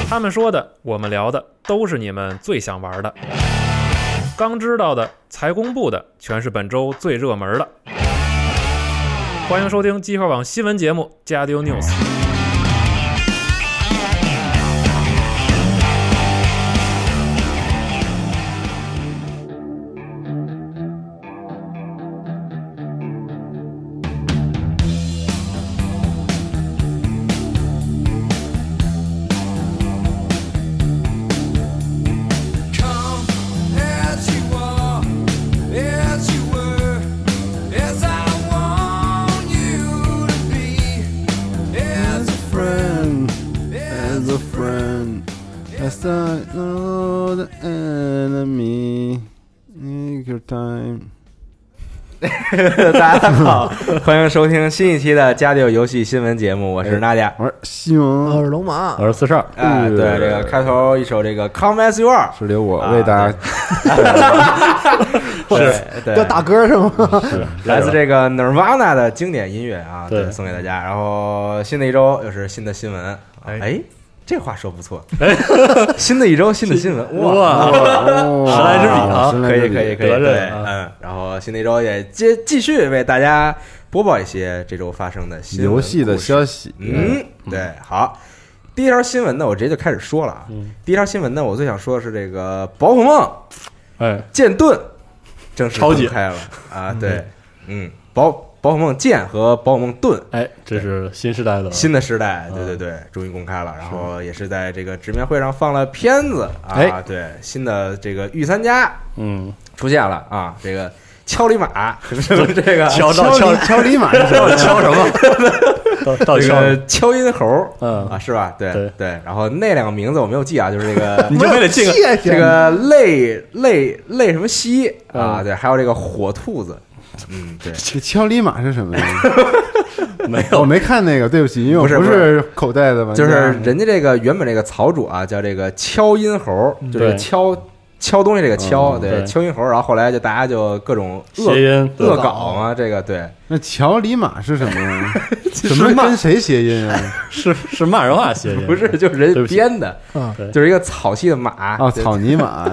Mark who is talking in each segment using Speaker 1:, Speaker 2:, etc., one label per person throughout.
Speaker 1: 他们说的，我们聊的，都是你们最想玩的。刚知道的，才公布的，全是本周最热门的。欢迎收听机核网新闻节目《加丢 News》。
Speaker 2: 大家好，欢迎收听新一期的家里有游戏新闻节目，我是娜姐，
Speaker 3: 我是西蒙，
Speaker 4: 我是龙马，
Speaker 5: 我是四少。
Speaker 2: 对，这个开头一首这个 Come As You Are
Speaker 3: 是由我为大家，
Speaker 2: 对，
Speaker 4: 要打歌是吗？
Speaker 2: 是来自这个 Nirvana 的经典音乐啊，对，送给大家。然后新的一周又是新的新闻，哎。这话说不错，新的一周新的新闻，哇，
Speaker 5: 时来之笔啊，
Speaker 2: 可以，对，然后新的一周也继续为大家播报一些这周发生的新闻
Speaker 3: 游戏的消息，
Speaker 2: 对，好，第一条新闻呢，我直接就开始说了啊，第一条新闻呢，我最想说的是这个宝可梦，剑盾正式公开了啊，对，宝可梦剑和宝可梦盾，
Speaker 5: 这是新时代的
Speaker 2: 新的时代，对，终于公开了，然后也是在这个直面会上放了片子啊，对，新的这个御三家，出现了啊，这个敲里马，什么这个
Speaker 3: 敲里马是什么？
Speaker 5: 敲什么？到
Speaker 2: 这个敲音猴，是吧？
Speaker 5: 对，
Speaker 2: 然后那两个名字我没有记啊，就是这个
Speaker 5: 你就为了
Speaker 2: 这个泪什么西啊，对，还有这个火兔子。对，
Speaker 3: 这敲里马是什么呀？
Speaker 5: 没有，
Speaker 3: 我没看那个，对不起，因为我不是口袋的玩家。
Speaker 2: 就是人家这个原本这个草主啊，叫这个敲音猴，就是敲东西这个敲，对，敲音猴。然后后来就大家就各种恶搞嘛，这个对。
Speaker 3: 那乔里马是什么呀？什么跟谁谐音啊？
Speaker 5: 是骂人话谐音，
Speaker 2: 不是，就是人编的，就是一个草系的马
Speaker 3: 啊，草泥马。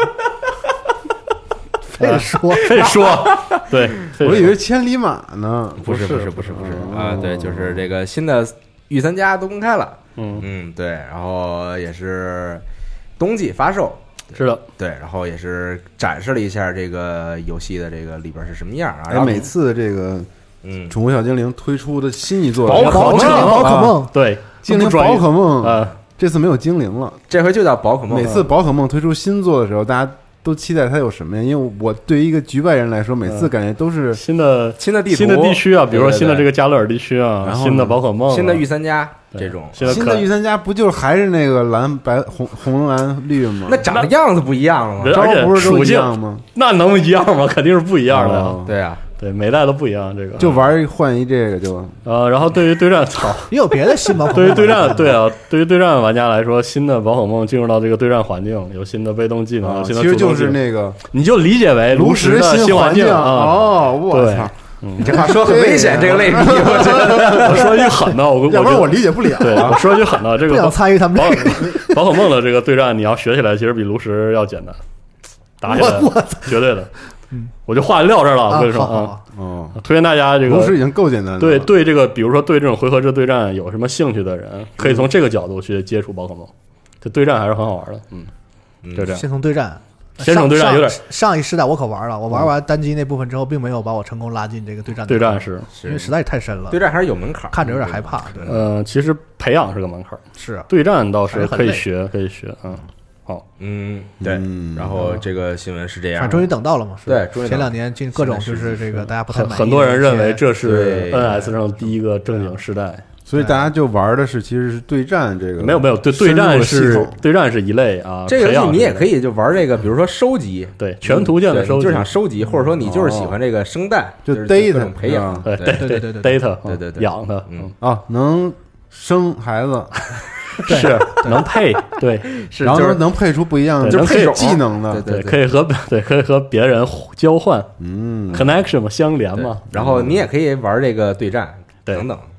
Speaker 4: 非说，
Speaker 5: 对，
Speaker 3: 我以为千里马呢，
Speaker 2: 不是啊，对，就是这个新的御三家都公开了，对，然后也是冬季发售，
Speaker 5: 是的，
Speaker 2: 对，然后也是展示了一下这个游戏的这个里边是什么样啊，然后
Speaker 3: 每次这个宠物小精灵推出的新一作
Speaker 4: 宝可梦，
Speaker 5: 对，
Speaker 3: 精灵宝可梦这次没有精灵了，
Speaker 2: 这回就叫宝可梦。
Speaker 3: 每次宝可梦推出新作的时候，大家都期待它有什么呀？因为我对于一个局外人来说，每次感觉都是
Speaker 5: 新的
Speaker 2: 地图、
Speaker 5: 新的地区啊，比如说新的这个加勒尔地区啊，新的宝可梦、
Speaker 2: 新的御三家这种。
Speaker 3: 新的御三家不就是还是那个蓝白红蓝绿吗？
Speaker 2: 那长得样子不一样了吗？
Speaker 3: 招不是都一样吗？
Speaker 5: 那能一样吗？肯定是不一样的。
Speaker 2: 对啊。
Speaker 5: 对，每代都不一样，这个
Speaker 3: 就玩换一这个就
Speaker 5: 然后对于对战，
Speaker 4: 也有别的新宝可梦。
Speaker 5: 对于对战，对于对战玩家来说，新的宝可梦进入到这个对战环境，有新的被动技能，有新的
Speaker 3: 其实就是那个，
Speaker 5: 你就理解为炉石的新环境
Speaker 3: 啊！我操，
Speaker 2: 你这话说很危险，这个类比，
Speaker 5: 我说一句狠的，
Speaker 4: 要不然我理解不了。
Speaker 5: 对，我说一句狠的，这个
Speaker 4: 不想参与他们
Speaker 5: 宝可梦的这个对战，你要学起来，其实比炉石要简单，打起来绝对的。我就话撂这儿了，我跟你说推荐大家这个
Speaker 3: 炉石已经够简单了。
Speaker 5: 对这个，比如说对这种回合制对战有什么兴趣的人，可以从这个角度去接触宝可梦。这对战还是很好玩的，就这样。
Speaker 4: 先从对战有点上一时代我可玩了，我玩完单机那部分之后，并没有把我成功拉进这个对战。
Speaker 5: 对战是
Speaker 4: 因为实在是太深了，
Speaker 2: 对战还是有门槛，
Speaker 4: 看着有点害怕。
Speaker 5: 其实培养是个门槛，
Speaker 4: 是
Speaker 5: 对战倒是可以学，好，
Speaker 2: 对，然后这个新闻是这样，
Speaker 4: 终于等到了嘛？
Speaker 2: 对，
Speaker 4: 前2年进各种就是这个大家不太满意，
Speaker 5: 很多人认为这是 NS 上第一个正经时代，
Speaker 3: 所以大家就玩的是其实是对战这个，
Speaker 5: 没有对战是一类啊。
Speaker 2: 这个游戏你也可以就玩这个，比如说收集，
Speaker 5: 对全图鉴的收集，
Speaker 2: 就是想收集，或者说你就是喜欢这个生蛋，
Speaker 3: 就
Speaker 2: data 培养，
Speaker 5: 对 data
Speaker 2: 对
Speaker 5: 养它，
Speaker 3: 能生孩子。
Speaker 5: 是能配对，
Speaker 3: 然后能配出不一样的
Speaker 2: 就配
Speaker 3: 技能的，
Speaker 5: 对，可以和别人交换，connection 嘛，相连嘛。
Speaker 2: 然后你也可以玩这个对战等等，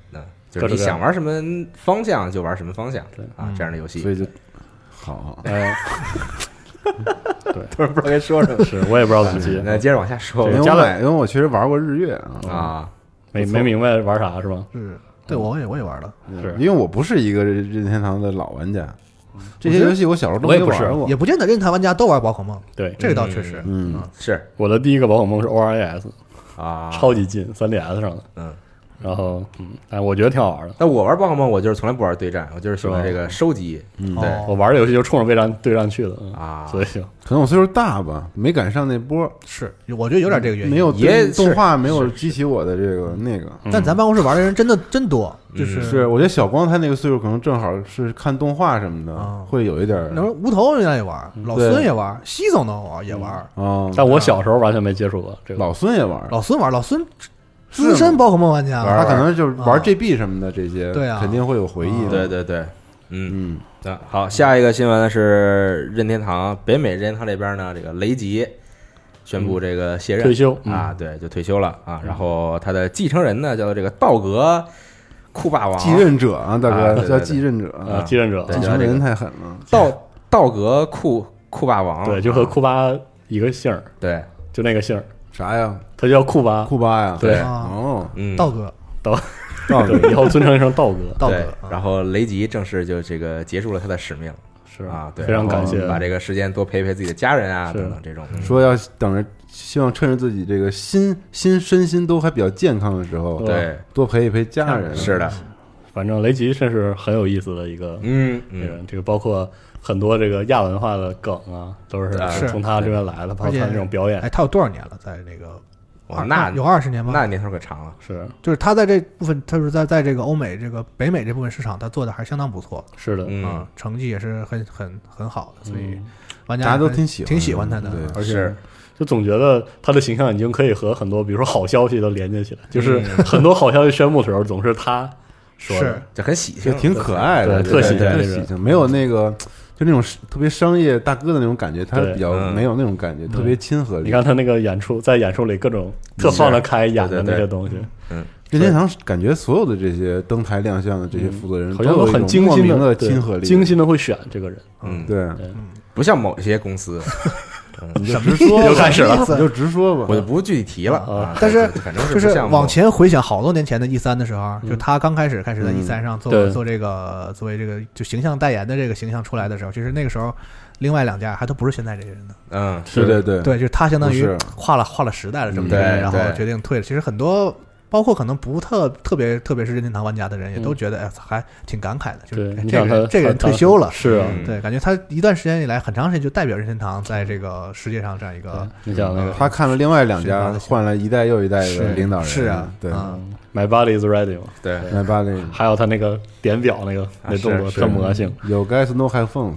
Speaker 2: 就是你想玩什么方向就玩什么方向，对啊，这样的游戏，
Speaker 3: 所以就好，
Speaker 5: 哎，对，
Speaker 2: 突然不知道该说什么，
Speaker 5: 是我也不知道怎么接。
Speaker 2: 那接着往下说，
Speaker 3: 因为我确实玩过日月啊，
Speaker 5: 没明白玩啥是吧？
Speaker 4: 是，对我也玩了，
Speaker 5: 是
Speaker 3: 因为我不是一个任天堂的老玩家。这些游戏我小时候都没玩过，
Speaker 4: 也不见得任天堂玩家都玩宝可梦。
Speaker 5: 对，
Speaker 4: 这个倒确实，
Speaker 2: 是
Speaker 5: 我的第一个宝可梦是 ORAS
Speaker 2: 啊，
Speaker 5: 超级近 3DS 上的，然后哎，我觉得挺好玩的。
Speaker 2: 但我玩宝可梦，我就是从来不玩对战，我就是喜欢这个收集。对，
Speaker 5: 我玩的游戏就冲着对战去的啊，所以
Speaker 3: 可能我岁数大吧，没赶上那波。
Speaker 4: 是，我觉得有点这个原因，
Speaker 3: 没有动画没有激起我的这个那个。
Speaker 4: 但咱办公室玩的人真多，就是
Speaker 3: 我觉得小光他那个岁数可能正好是看动画什么的，会有一点。
Speaker 4: 那无头人家也玩，老孙也玩，西总能玩也玩
Speaker 3: 啊。
Speaker 5: 但我小时候完全没接触过这个。
Speaker 3: 老孙也玩，
Speaker 4: 老孙。资深宝可梦玩家，
Speaker 3: 他可能就是玩 GB 什么的这些，
Speaker 4: 对啊，
Speaker 3: 肯定会有回忆的。
Speaker 2: 对，好，下一个新闻呢是任天堂北美任天堂这边呢，这个雷吉宣布这个卸任
Speaker 5: 退休
Speaker 2: 啊，对，就退休了啊。然后他的继承人呢叫做这个道格酷霸王，
Speaker 3: 继任者啊，大哥叫继任者
Speaker 5: 啊，继任者，
Speaker 3: 继承人太狠了。
Speaker 2: 道格酷霸王，
Speaker 5: 对，就和库巴一个姓儿，
Speaker 2: 对，
Speaker 5: 就那个姓儿。
Speaker 3: 啥呀？
Speaker 5: 他叫库巴
Speaker 3: 呀？
Speaker 5: 对，
Speaker 4: 道哥，
Speaker 5: 以后尊称一声道哥。
Speaker 2: 对，然后雷吉正式就这个结束了他的使命，
Speaker 5: 是
Speaker 2: 啊，对，
Speaker 5: 非常感谢，
Speaker 2: 把这个时间多陪陪自己的家人啊，等等这种。
Speaker 3: 说要等着，希望趁着自己这个身心都还比较健康的时候，
Speaker 2: 对，
Speaker 3: 多陪一陪家人。
Speaker 2: 是的，
Speaker 5: 反正雷吉真是很有意思的一个人，这个包括。很多这个亚文化的梗啊，都是从他这边来的，包括他这种表演。
Speaker 4: 哎，他有多少年了？在那个
Speaker 2: 哇，那
Speaker 4: 有20年吗？
Speaker 2: 那年头可长了。
Speaker 5: 是，
Speaker 4: 就是他在这部分，他是在这个欧美、这个北美这部分市场，他做的还是相当不错。
Speaker 5: 是的，
Speaker 4: 成绩也是很好的，所以玩家
Speaker 3: 大家都挺喜欢
Speaker 4: 他的。
Speaker 5: 而且就总觉得他的形象已经可以和很多，比如说好消息都连接起来，就是很多好消息宣布的时候，总是他说的，
Speaker 2: 就很喜庆，
Speaker 3: 挺可爱的，
Speaker 5: 特喜
Speaker 3: 庆，没有那个。就那种特别商业大哥的那种感觉，他比较没有那种感觉，特别亲和力。
Speaker 5: 你看他那个演出，在演出里各种特放得开演的那些东西，
Speaker 3: 任天堂感觉所有的这些登台亮相的这些负责人，
Speaker 5: 好像都很精心
Speaker 3: 的亲和力，
Speaker 5: 精心的会选这个人。
Speaker 3: 对，
Speaker 2: 不像某些公司。
Speaker 3: 你就直说，
Speaker 5: 又开始了，
Speaker 3: 你就直说吧，
Speaker 2: 我就不具体提了啊。
Speaker 4: 但是
Speaker 2: 反正
Speaker 4: 就是往前回想好多年前的E3的时候，就他刚开始在E3上做这个作为这个就形象代言的这个形象出来的时候，其实那个时候另外2家还都不是现在这个人的。
Speaker 3: 对，
Speaker 4: 就是他相当于划了时代了这么一个人，然后决定退了。其实很多。包括可能不特别是任天堂玩家的人，也都觉得还挺感慨的，就是这个人退休了，
Speaker 5: 是啊，
Speaker 4: 对，感觉他一段时间以来很长时间就代表任天堂在这个世界上这样一个。
Speaker 5: 你想那个，
Speaker 3: 他看了另外2家，换了一代又一代的领导人，
Speaker 4: 是啊，
Speaker 3: 对
Speaker 5: ，My body is ready 嘛，
Speaker 2: 对
Speaker 3: ，My body，
Speaker 5: 还有他那个点表那动作特魔性，
Speaker 3: 有 guys no have phones，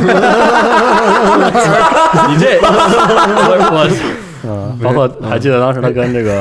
Speaker 5: 你这我包括还记得当时他跟这个。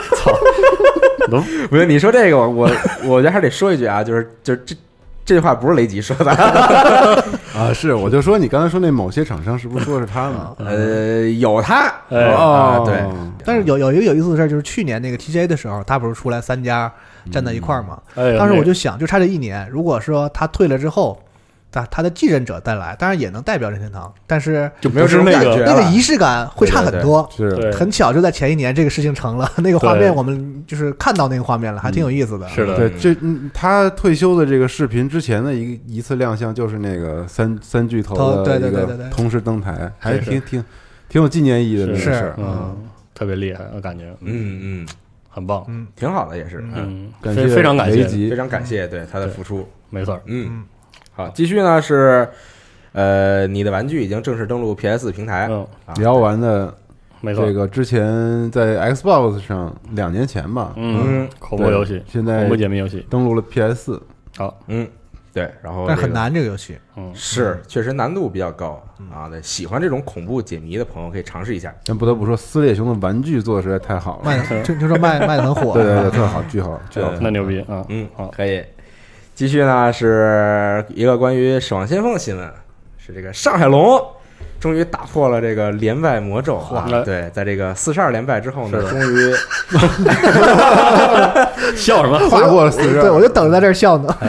Speaker 2: 不是你说这个，我觉得还得说一句啊，就是这句话不是雷吉说的
Speaker 3: 啊，是我就说你刚才说那某些厂商是不是说是他呢？
Speaker 2: 有他对，
Speaker 4: 但是有一个有意思的事就是去年那个 TGA 的时候，他不是出来3家站在一块儿嘛？当时我就想，就差这1年，如果说他退了之后。他的继任者再来，当然也能代表任天堂，但是
Speaker 2: 就没有这种感觉，
Speaker 4: 那个仪式感会差很多。
Speaker 3: 是
Speaker 4: 很巧，就在前1年这个事情成了，那个画面我们就是看到那个画面了，还挺有意思的。
Speaker 5: 是的，
Speaker 3: 对，他退休的这个视频之前的一次亮相，就是那个三巨头的一个同时登台，还挺有纪念意义的事儿，
Speaker 5: 特别厉害，我感觉，很棒，
Speaker 2: 挺好的，也是，
Speaker 5: 非常感谢，
Speaker 2: 非常感谢对他的付出，
Speaker 5: 没错，
Speaker 2: 好，继续呢是，你的玩具已经正式登陆 PS 平台，
Speaker 3: 聊完的，
Speaker 5: 没错，
Speaker 3: 这个之前在 Xbox 上2年前吧，
Speaker 5: 恐怖游戏，
Speaker 3: 现在
Speaker 5: 恐怖解密游戏
Speaker 3: 登陆了 PS4，
Speaker 5: 好，
Speaker 2: 对，然后
Speaker 4: 但很难这个游戏，
Speaker 2: 是确实难度比较高啊，对，喜欢这种恐怖解谜的朋友可以尝试一下。
Speaker 3: 但不得不说，撕裂熊的玩具做的实在太好了，
Speaker 4: 听说卖的很火，
Speaker 3: 对，特好，巨好，
Speaker 5: 那牛逼啊，
Speaker 2: 好，可以。继续呢是一个关于《守望先锋》的新闻，是这个上海龙终于打破了这个连败魔咒啊！对，在这个42连败之后呢，终于
Speaker 5: 笑什么？
Speaker 3: 跨过了42，
Speaker 4: 对我就等着在这儿笑呢。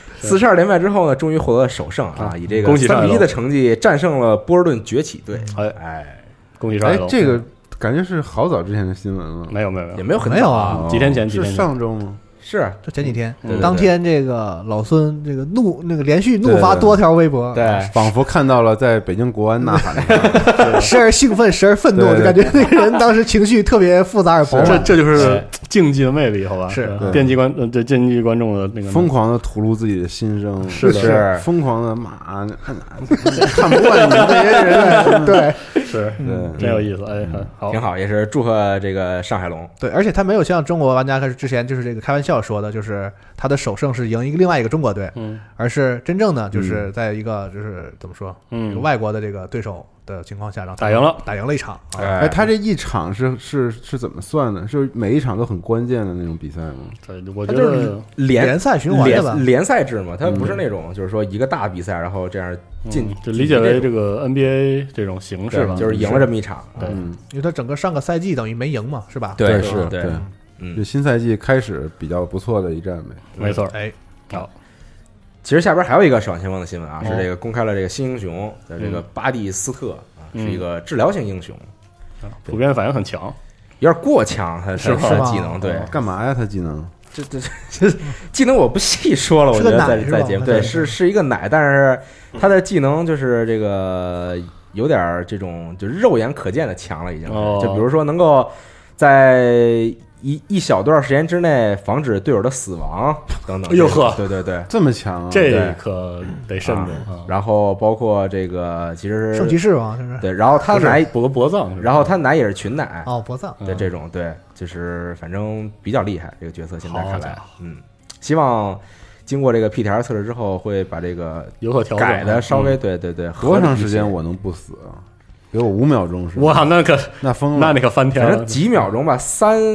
Speaker 2: 42连败之后呢，终于获得了首胜啊！以这个3-1的成绩战胜了波士顿崛起队。
Speaker 5: 哎，恭喜上海龙！
Speaker 3: 这个感觉是好早之前的新闻了，
Speaker 5: 没有，
Speaker 2: 也没有很早
Speaker 4: 啊，
Speaker 5: 几天前，
Speaker 3: 是上周吗？
Speaker 2: 是，
Speaker 4: 就前几天，当天这个老孙这个连续怒发多条微博，
Speaker 2: 对，
Speaker 3: 仿佛看到了在北京国安呐喊，
Speaker 4: 时而兴奋，时而愤怒，就感觉那个人当时情绪特别复杂而饱满。
Speaker 5: 这就是竞技的魅力，好吧？
Speaker 4: 是
Speaker 5: 电击观众的那个
Speaker 3: 疯狂的吐露自己的心声，
Speaker 5: 是
Speaker 3: 疯狂的骂，看不惯你们这些人，
Speaker 4: 对，
Speaker 5: 是，真有意思，哎，好，
Speaker 2: 挺好，也是祝贺这个上海龙。
Speaker 4: 对，而且他没有像中国玩家之前就是这个开玩笑说的，就是他的首胜是赢另外一个中国队，而是真正的就是在一个就是怎么说，外国的这个对手的情况下，让他打赢了一场。
Speaker 3: 哎，他这一场是怎么算的？是每一场都很关键的那种比赛吗？
Speaker 5: 对，我觉得
Speaker 2: 联
Speaker 4: 赛循环的吧，
Speaker 2: 联赛制嘛，它不是那种就是说一个大比赛，然后这样
Speaker 5: 就理解为这个 NBA 这种形式吧，
Speaker 2: 就是赢了这么一场。
Speaker 5: 对，
Speaker 4: 因为他整个上个赛季等于没赢嘛，是吧？
Speaker 2: 对，
Speaker 3: 是，对。这新赛季开始比较不错的一战呗，
Speaker 5: 没错。
Speaker 4: 哎，
Speaker 5: 好，
Speaker 2: 其实下边还有一个守望先锋的新闻啊，是这个公开了这个新英雄的这个巴蒂斯特啊，是一个治疗性英雄，
Speaker 5: 普遍反应很强，
Speaker 2: 有点过强，他技能对，
Speaker 3: 干嘛呀？他技能
Speaker 2: 这技能我不细说了，我觉得在节目对是一个奶，但是他的技能就是这个有点这种就肉眼可见的强了，已经就比如说能够在一小段时间之内防止队友的死亡等等。
Speaker 5: 哎呦呵，
Speaker 2: 对，
Speaker 3: 这么强，
Speaker 5: 这可得慎重。
Speaker 2: 然后包括这个其实
Speaker 4: 圣骑士嘛，是不是？
Speaker 2: 对，然后他奶
Speaker 5: 补个脖葬，
Speaker 2: 然后他奶也是群奶
Speaker 4: 哦，脖葬
Speaker 2: 对这种对，就是反正比较厉害这个角色，现在看来，希望经过这个 PTR 测试之后会把这个
Speaker 5: 有所调整，
Speaker 2: 改的稍微对，
Speaker 3: 多长时间我能不死啊？给我5秒钟是吧？
Speaker 5: 哇，
Speaker 3: 那疯了，
Speaker 5: 那你可翻天了。
Speaker 2: 反正几秒钟吧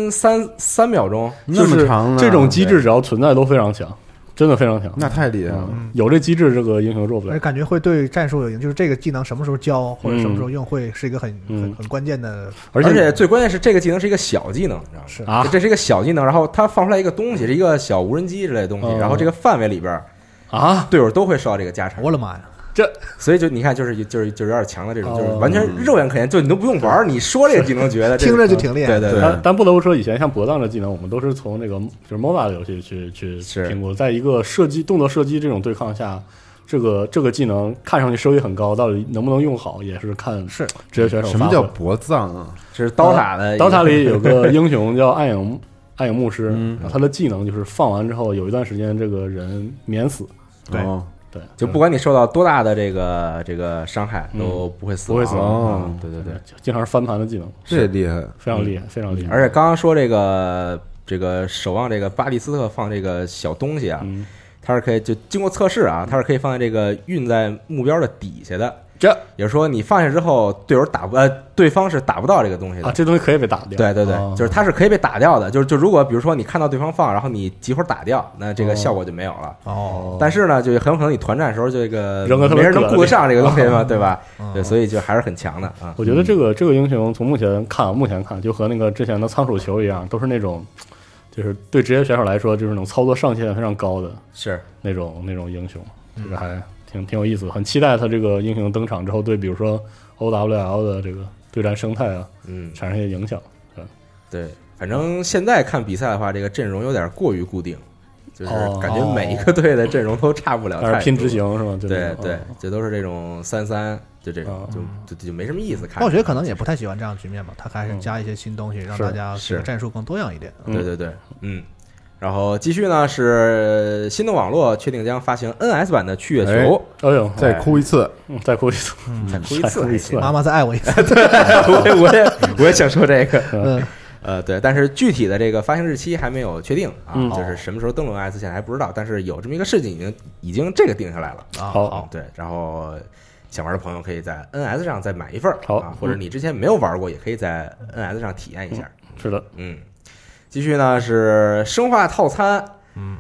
Speaker 2: ，3秒钟，
Speaker 3: 那么长。
Speaker 5: 这种机制只要存在都非常强，真的非常强。
Speaker 3: 那太厉害了，
Speaker 5: 有这机制，这个英雄做不了。
Speaker 4: 感觉会对战术有影响，就是这个技能什么时候交或者什么时候用，会是一个很关键的。
Speaker 2: 而且最关键是这个技能是一个小技能，你知道吗？
Speaker 4: 是
Speaker 2: 啊，这是一个小技能，然后它放出来一个东西，是一个小无人机之类的东西，然后这个范围里边队友都会受到这个加成。
Speaker 4: 我的妈呀！
Speaker 2: 所以就你看，就是有点强的这种，就是完全肉眼可见，就你都不用玩，你说这个技能觉得
Speaker 4: 听着就挺厉害。
Speaker 2: 对。
Speaker 5: 但不得不说，以前像搏葬的技能，我们都是从那个就是 MOBA 的游戏去评估，在一个动作射击这种对抗下，这个技能看上去收益很高，到底能不能用好，也是看职业选手。
Speaker 3: 什么叫搏葬啊？
Speaker 2: 这是刀塔的，
Speaker 5: 刀塔里有个英雄叫暗影牧师，他的技能就是放完之后有一段时间这个人免死。
Speaker 2: 对，就不管你受到多大的这个伤害，都不会死亡。对，
Speaker 5: 经常是翻盘的技能，
Speaker 3: 这厉害，
Speaker 5: 非常厉害，非常厉害。
Speaker 2: 而且刚刚说这个守望这个巴蒂斯特放这个小东西啊，它是可以就经过测试啊，它是可以放在这个运在目标的底下的。也就是说，你放下之后，对方是打不到这个东西的
Speaker 5: 啊。这东西可以被打掉。
Speaker 2: 对，就是它是可以被打掉的。就如果比如说你看到对方放，然后你急会儿打掉，那这个效果就没有了。但是呢，就很有可能你团战的时候，这个没人能顾得上这个东西嘛，对吧？对，所以就还是很强的啊。
Speaker 5: 我觉得这个英雄从目前看，就和那个之前的仓鼠球一样，都是那种，就是对职业选手来说，就是那种操作上限非常高的，
Speaker 2: 是那种
Speaker 5: 英雄，这个还。挺有意思的，很期待他这个英雄登场之后对比如说 OWL 的这个对战生态啊，产生一些影响。
Speaker 2: 对，反正现在看比赛的话，这个阵容有点过于固定，就是感觉每一个队的阵容都差不了太多，
Speaker 5: 拼执行是吗？
Speaker 2: 对，这都是这种3-3，就这种就没什么意思看。
Speaker 4: 我觉得可能也不太喜欢这样的局面吧，他还是加一些新东西，让大家战术更多样一点。
Speaker 2: 对，然后继续呢是心动网络确定将发行 NS 版的去月球。
Speaker 5: 哎呦，
Speaker 3: 再哭一次，
Speaker 2: 再哭一次，
Speaker 4: 妈妈再爱我一次。
Speaker 2: 我也想说这个。对，但是具体的这个发行日期还没有确定啊，就是什么时候登陆 NS 现在还不知道，但是有这么一个事情已经这个定下来了。
Speaker 5: 好，
Speaker 2: 对，然后想玩的朋友可以在 NS 上再买一份
Speaker 5: 好，
Speaker 2: 或者你之前没有玩过，也可以在 NS 上体验一下。
Speaker 5: 是的，
Speaker 2: 继续呢是生化套餐，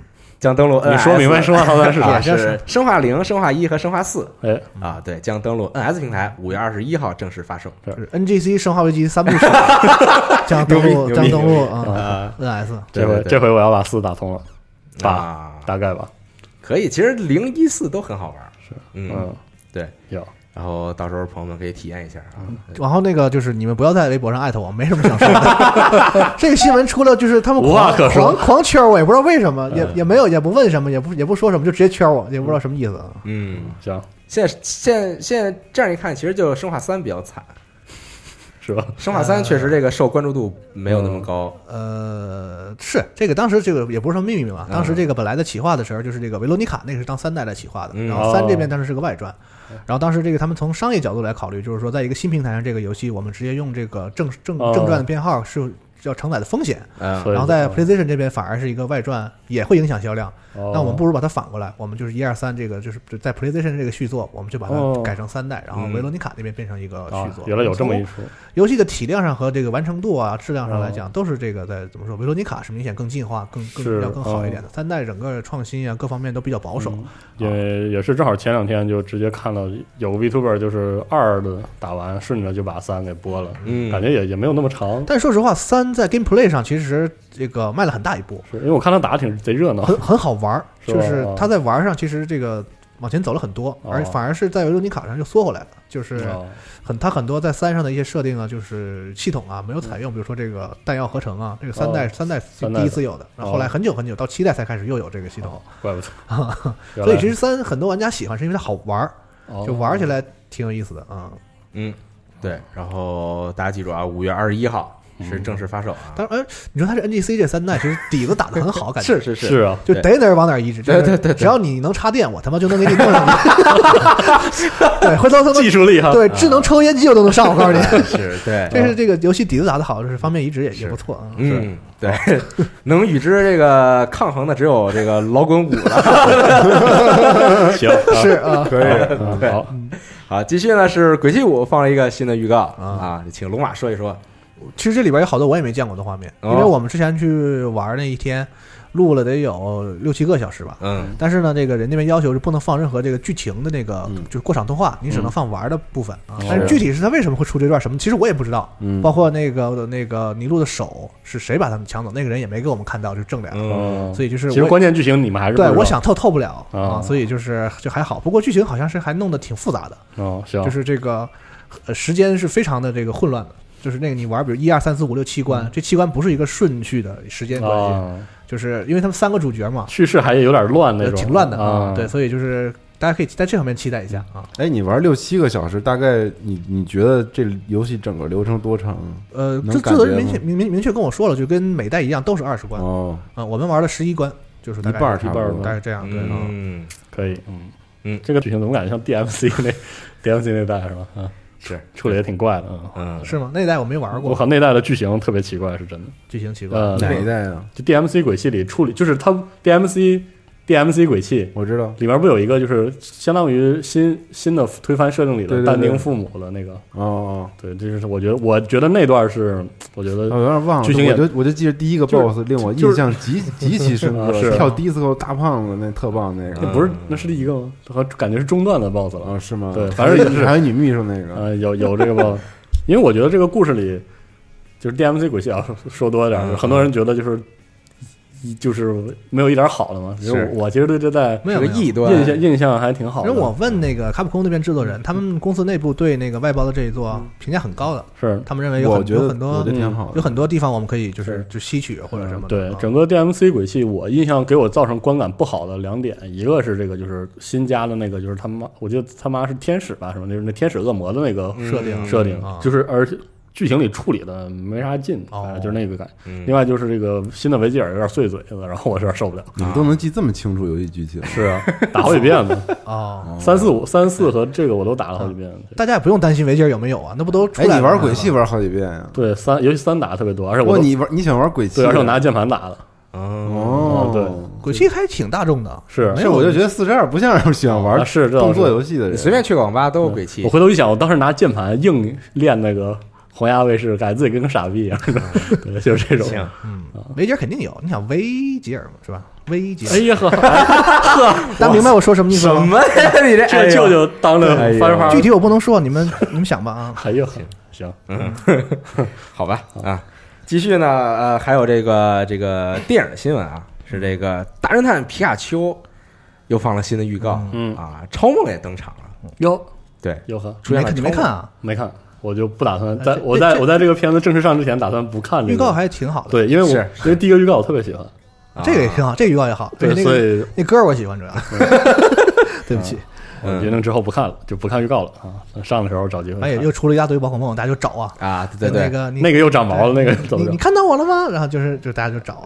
Speaker 2: 将登陆 NS，
Speaker 5: 你说明白生化套餐是啥？
Speaker 2: 是生化0、生化1和生化4。对，将登陆 NS 平台，5月21号正式发售。
Speaker 4: 是 NGC 生化危机3部曲将登陆 NS。
Speaker 5: 这回我要把4打通了，大概吧。
Speaker 2: 可以，其实0、1、4都很好玩。
Speaker 5: 是，
Speaker 2: 对，有。然后到时候朋友们可以体验一下啊。
Speaker 4: 然后那个就是你们不要在微博上艾特我，没什么想说的。这个新闻出了，就是他们狂圈我，也不知道为什么，也没有，也不问什么，也不说什么，就直接圈我，也不知道什么意思。
Speaker 5: 行。
Speaker 2: 现在这样一看，其实就生化3比较惨，
Speaker 5: 是吧？
Speaker 2: 生化3确实这个受关注度没有那么高。
Speaker 4: 是这个当时这个也不是什么秘密嘛。当时这个本来的企划的时候，就是这个维罗妮卡那个是当3代来企划的，然后3这边当时是个外传。然后当时这个他们从商业角度来考虑，就是说在一个新平台上，这个游戏我们直接用这个正传的编号是要承载的风险，然后在 PlayStation 这边反而是一个外传，也会影响销量。那我们不如把它反过来，我们就是1、2、3这个就是在 PlayStation 这个续作，我们就把它改成3代，然后维罗妮卡那边变成一个续作。
Speaker 5: 原来有这么一说。
Speaker 4: 游戏的体量上和这个完成度啊、质量上来讲，都是这个在怎么说？维罗妮卡是明显更进化、更好一点的。3代整个创新啊各方面都比较保守。
Speaker 5: 因为也是正好前2天就直接看到有个 VTuber 就是2的打完，顺着就把3给播了，感觉也没有那么长。
Speaker 4: 但说实话，3在 Gameplay 上其实这个迈了很大一步，
Speaker 5: 是因为我看他打挺贼热闹，
Speaker 4: 很好玩，就是他在玩上其实这个往前走了很多，反而是在维罗妮卡上就缩回来了，就是他很多在3上的一些设定啊，就是系统啊没有采用，比如说这个弹药合成啊，这个3代第一次有的，然后后来很久到7代才开始又有这个系统，
Speaker 5: 怪不得。
Speaker 4: 所以其实3很多玩家喜欢是因为它好玩，就玩起来挺有意思的啊。
Speaker 2: 对，然后大家记住啊，5月21号。是正式发售啊！
Speaker 4: 当然，你说它是 NGC 这3代，其实底子打得很好，感觉
Speaker 2: 是
Speaker 5: 啊，
Speaker 4: 就逮哪儿往哪儿移植。对，只要你能插电，我他妈就能给你弄上去。对，回头
Speaker 5: 技术力哈，
Speaker 4: 对，智能抽烟机我都能上，我告诉你。
Speaker 2: 是，对，
Speaker 4: 这是这个游戏底子打得好，就是方便移植也不错啊。
Speaker 2: 对，能与之这个抗衡的只有这个老滚5了。
Speaker 5: 行，
Speaker 4: 是啊，
Speaker 2: 可以，好，继续呢是鬼泣5放了一个新的预告啊，请龙马说一说。
Speaker 4: 其实这里边有好多我也没见过的画面，因为我们之前去玩那一天录了得有6、7个小时吧。但是呢，这个人那边要求是不能放任何这个剧情的那个，就是过场动画，你只能放玩的部分啊。但是具体是他为什么会出这段什么，其实我也不知道。包括那个尼禄的手是谁把他们抢走，那个人也没给我们看到，就正脸。所以就是
Speaker 5: 其实关键剧情你们还是
Speaker 4: 对，我想透不了啊，所以就还好。不过剧情好像是还弄得挺复杂的。
Speaker 5: 行，
Speaker 4: 就是这个时间是非常的这个混乱的。就是那个你玩，比如1、2、3、4、5、6、7关，这7关不是一个顺序的时间关系，就是因为他们3个主角嘛，
Speaker 5: 叙事还有点乱那种，
Speaker 4: 挺乱的啊。对，所以就是大家可以在这方面期待一下啊。
Speaker 3: 你玩6、7个小时，大概你觉得这游戏整个流程多长？
Speaker 4: 制作人明确跟我说了，就跟每代一样，都是20关。我们玩了11关，就是
Speaker 3: 一半
Speaker 4: 大概这样。对，
Speaker 5: 可以，这个剧情怎么感觉像 DMC 那代是吧？
Speaker 2: 是
Speaker 5: 处理也挺怪的，
Speaker 4: 是吗？那一代我没玩过，
Speaker 5: 我靠，那代的剧情特别奇怪，是真的。
Speaker 4: 剧情奇怪，
Speaker 3: 哪一代啊？
Speaker 5: 就 DMC 鬼泣里处理，就是它 DMC 鬼泣，
Speaker 3: 我知道里
Speaker 5: 面不有一个就是相当于新的推翻设定里的但丁父母的那个对，这是我觉得那段是我觉得
Speaker 3: 有点忘了剧情，我就记得第一个 BOSS 令我印象极其深刻，
Speaker 5: 是
Speaker 3: 跳disco大胖子那特棒那个，
Speaker 5: 不是那是第一个吗？感觉是中段的 BOSS 了
Speaker 3: 是吗？
Speaker 5: 对，反正也是
Speaker 3: 还有女秘书那个
Speaker 5: 有这个 BOSS， 因为我觉得这个故事里就是 DMC 鬼泣啊，说多一点，很多人觉得就是没有一点好的嘛。我其实对这代
Speaker 4: 没有
Speaker 2: 异端
Speaker 5: 印象还挺好的。
Speaker 4: 因为我问那个卡普空那边制作人，他们公司内部对那个外包的这一座评价很高的，
Speaker 5: 是
Speaker 4: 他们认为有很多地方我们可以就吸取或者什么的。
Speaker 5: 对，整个 DMC 鬼泣，我印象给我造成观感不好的2点，一个是这个就是新加的那个就是他妈，我记得他妈是天使吧什么，就是那天使恶魔的那个设定，就是而且。剧情里处理的没啥劲，就是那个感。另外就是这个新的维吉尔有点碎嘴子，然后我有点受不了。
Speaker 3: 你们都能记这么清楚游戏剧情？
Speaker 5: 是啊，打好几遍了。3、4、5、3、4和这个我都打了好几遍。
Speaker 4: 大家也不用担心维吉尔有没有啊，那不都出来了？
Speaker 3: 你玩鬼泣玩好几遍呀？
Speaker 5: 对，尤其3打的特别多，而且
Speaker 3: 你喜欢玩鬼泣？
Speaker 5: 对，而且我拿键盘打的。对，
Speaker 4: 鬼泣还挺大众的。
Speaker 5: 是，
Speaker 3: 我就觉得42不像是喜欢玩动作游戏的人，
Speaker 2: 随便去网吧都有鬼泣。
Speaker 5: 我回头一想，我当时拿键盘硬练那个。 红牙卫士，感觉自己跟个傻逼一样，对，就是这种。
Speaker 4: 维吉尔肯定有，你想维吉尔嘛，是吧？维吉尔，
Speaker 5: 哎呀呵，
Speaker 4: 大家明白我说什么意思吗？
Speaker 2: 什么呀？你
Speaker 5: 这舅舅当着翻花，
Speaker 4: 具体我不能说，你们想吧啊。
Speaker 5: 哎呦，行，
Speaker 2: 好吧啊，继续呢，还有这个电影的新闻啊，是这个大侦探皮卡丘又放了新的预告，超梦也登场了，
Speaker 5: 哟，
Speaker 2: 对，
Speaker 5: 哟呵，
Speaker 2: 出现了，
Speaker 4: 你没看啊？
Speaker 5: 没看。我就不打算我在这个片子正式上之前，打算不看。
Speaker 4: 预告还挺好的，
Speaker 5: 对，因为第一个预告我特别喜欢，
Speaker 4: 这个也挺好，这个预告也好，
Speaker 5: 对，所以
Speaker 4: 那歌我喜欢主要。对不起，
Speaker 5: 我决定之后不看了，就不看预告了啊。上的时候找机会。
Speaker 4: 哎呀，又出了一大堆宝可梦，大家就找
Speaker 2: 啊，对，
Speaker 4: 那
Speaker 5: 个又长毛了，那个
Speaker 4: 你看到我了吗？然后就大家就找，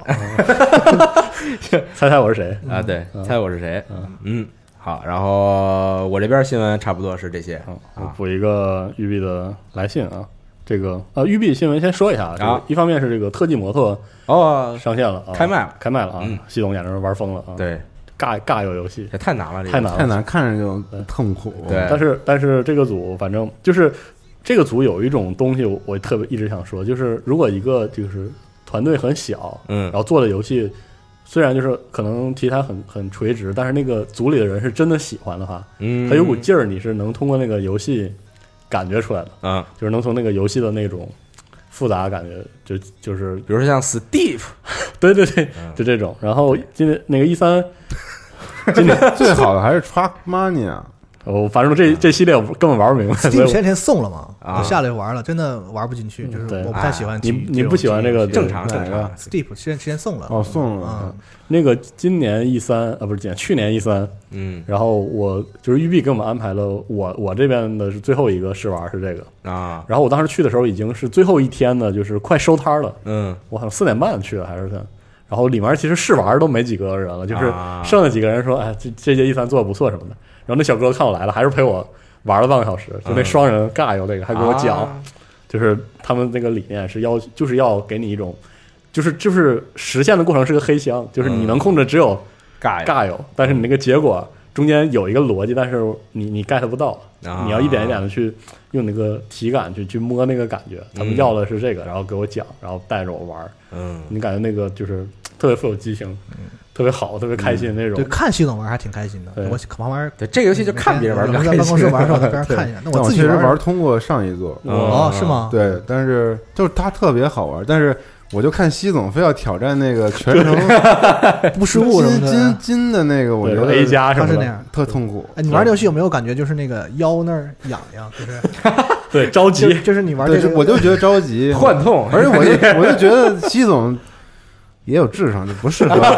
Speaker 5: 猜我是谁
Speaker 2: 啊？对，猜我是谁？好，然后我这边新闻差不多是这些
Speaker 5: 我补一个育碧的来信啊。这个育碧新闻先说一下啊，一方面是这个特技摩托上线了，开卖了啊，系统简直玩疯了啊！
Speaker 2: 对，
Speaker 5: 尬有游戏
Speaker 2: 也太难了，
Speaker 5: 太难，
Speaker 3: 看着就痛苦。
Speaker 2: 对，
Speaker 5: 但是这个组反正就是这个组有一种东西，我特别一直想说，就是如果一个就是团队很小，然后做的游戏。虽然就是可能题材很垂直，但是那个组里的人是真的喜欢的话，他有股劲儿，你是能通过那个游戏感觉出来的就是能从那个游戏的那种复杂感觉，就是
Speaker 2: 比如说像 Steve，
Speaker 5: 对，就这种。然后今年那个E3，今年
Speaker 3: 最好的还是 Trackmania。
Speaker 5: 反正这系列我根本玩不明白。
Speaker 4: Steam 前天送了嘛，我下来玩了，真的玩不进去，就是我不太喜欢。
Speaker 5: 你不喜欢这个
Speaker 2: 正常
Speaker 4: Steam 之前送了
Speaker 3: 送了
Speaker 5: 那个今年E3不是去年E3，然后我就是育碧给我们安排了，我这边的是最后一个试玩是这个然后我当时去的时候已经是最后一天的，就是快收摊了，我好像4点半去了还是然后里面其实试玩都没几个人了，就是剩下几个人说，哎，这届E3做的不错什么的。然后那小哥看我来了，还是陪我玩了半个小时，就那双人尬游那个，还给我讲，就是他们那个理念是就是要给你一种，就是实现的过程是个黑箱，就是你能控制只有尬游，但是你那个结果中间有一个逻辑，但是你 get 不到，你要一点一点的去用那个体感去摸那个感觉。他们要的是这个，然后给我讲，然后带着我玩，你感觉那个就是特别富有激情。特别好，特别开心那种。
Speaker 4: 对，看系统玩还挺开心的。我旁边
Speaker 2: 对这个游戏就看别人玩，
Speaker 4: 在办公室玩的时候在边看一下。那我自己
Speaker 3: 玩通过上一座
Speaker 4: 是吗？
Speaker 3: 对，但是就是它特别好玩，但是我就看西总非要挑战那个全程
Speaker 4: 不失误什么
Speaker 3: 的金的那个，我觉得
Speaker 5: A 加
Speaker 4: 他是那样
Speaker 3: 特痛苦。
Speaker 4: 哎，你玩这游戏有没有感觉就是那个腰那儿痒痒，就是
Speaker 5: 对着急，
Speaker 4: 就是你玩这个，
Speaker 3: 我就觉得着急
Speaker 2: 幻痛，
Speaker 3: 而且我就觉得西总。也有智商，就不适合，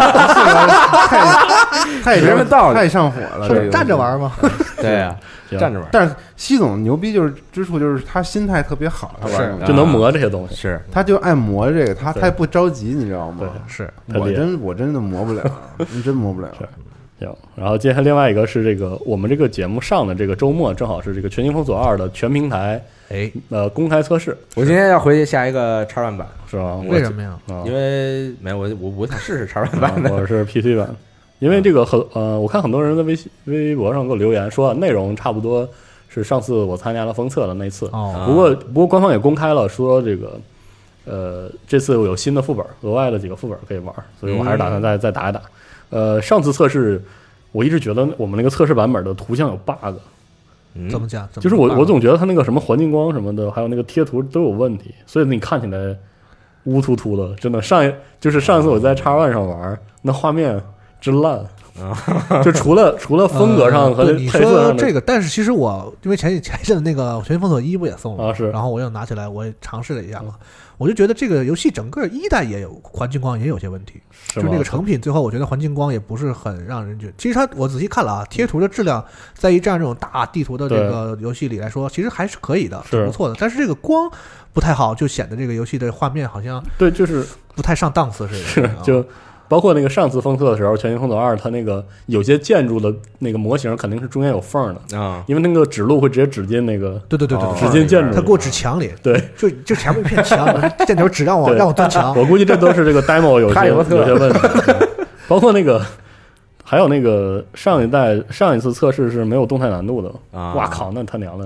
Speaker 3: 太
Speaker 2: 什么道理，
Speaker 3: 太上火了。这个
Speaker 4: 站着玩吗？
Speaker 2: 对呀，站着玩。
Speaker 3: 但是西总牛逼之处就是他心态特别好，他玩
Speaker 5: 就能磨这些东西，
Speaker 2: 是
Speaker 3: 他就爱磨这个，他不着急，你知道吗？
Speaker 4: 是
Speaker 3: 我真的磨不了，真磨不了。
Speaker 5: 行，然后接下来另外一个是这个我们这个节目上的这个周末正好是这个《全境封锁2》的全平台公开测试。
Speaker 2: 我今天要回去下一个X1版，
Speaker 5: 是吧？
Speaker 4: 为什么呀？
Speaker 2: 因为没有我想试试X1版的，
Speaker 5: 我是 PC 版。因为这个我看很多人在微博上给我留言说内容差不多是上次我参加了封测的那次，不过官方也公开了说这个这次有新的副本，额外的几个副本可以玩，所以我还是打算再打一打。上次测试我一直觉得我们那个测试版本的图像有 bug，
Speaker 4: 怎么讲？
Speaker 5: 就是我总觉得它那个什么环境光什么的，还有那个贴图都有问题，所以你看起来乌突突的，真的。上一次我在X1上玩，那画面真烂就除了风格上和
Speaker 4: 你说这个，但是其实我因为前一阵那个《全境封锁1》不也送了
Speaker 5: 是，
Speaker 4: 然后我又拿起来我也尝试了一下嘛，我就觉得这个游戏整个1代也有环境光也有些问题，就这个成品最后我觉得环境光也不是很让人觉得。其实我仔细看了贴图的质量，在于这样这种大地图的这个游戏里来说，其实还是可以的，是不错的。但是这个光不太好，就显得这个游戏的画面好像
Speaker 5: 对，就是
Speaker 4: 不太上档次似的。
Speaker 5: 就包括那个上次封测的时候，《全境封锁2》它那个有些建筑的那个模型肯定是中间有缝的
Speaker 2: 啊，
Speaker 5: 因为那个指路会直接指进那个
Speaker 4: 对，
Speaker 5: 指进建筑，
Speaker 4: 它给我指墙里，
Speaker 5: 对，
Speaker 4: 就前面一片墙，箭头指让我钻墙。
Speaker 5: 我估计这都是这个 demo 有些问题，包括那个还有那个上一次测试是没有动态难度的，哇靠，那他娘的！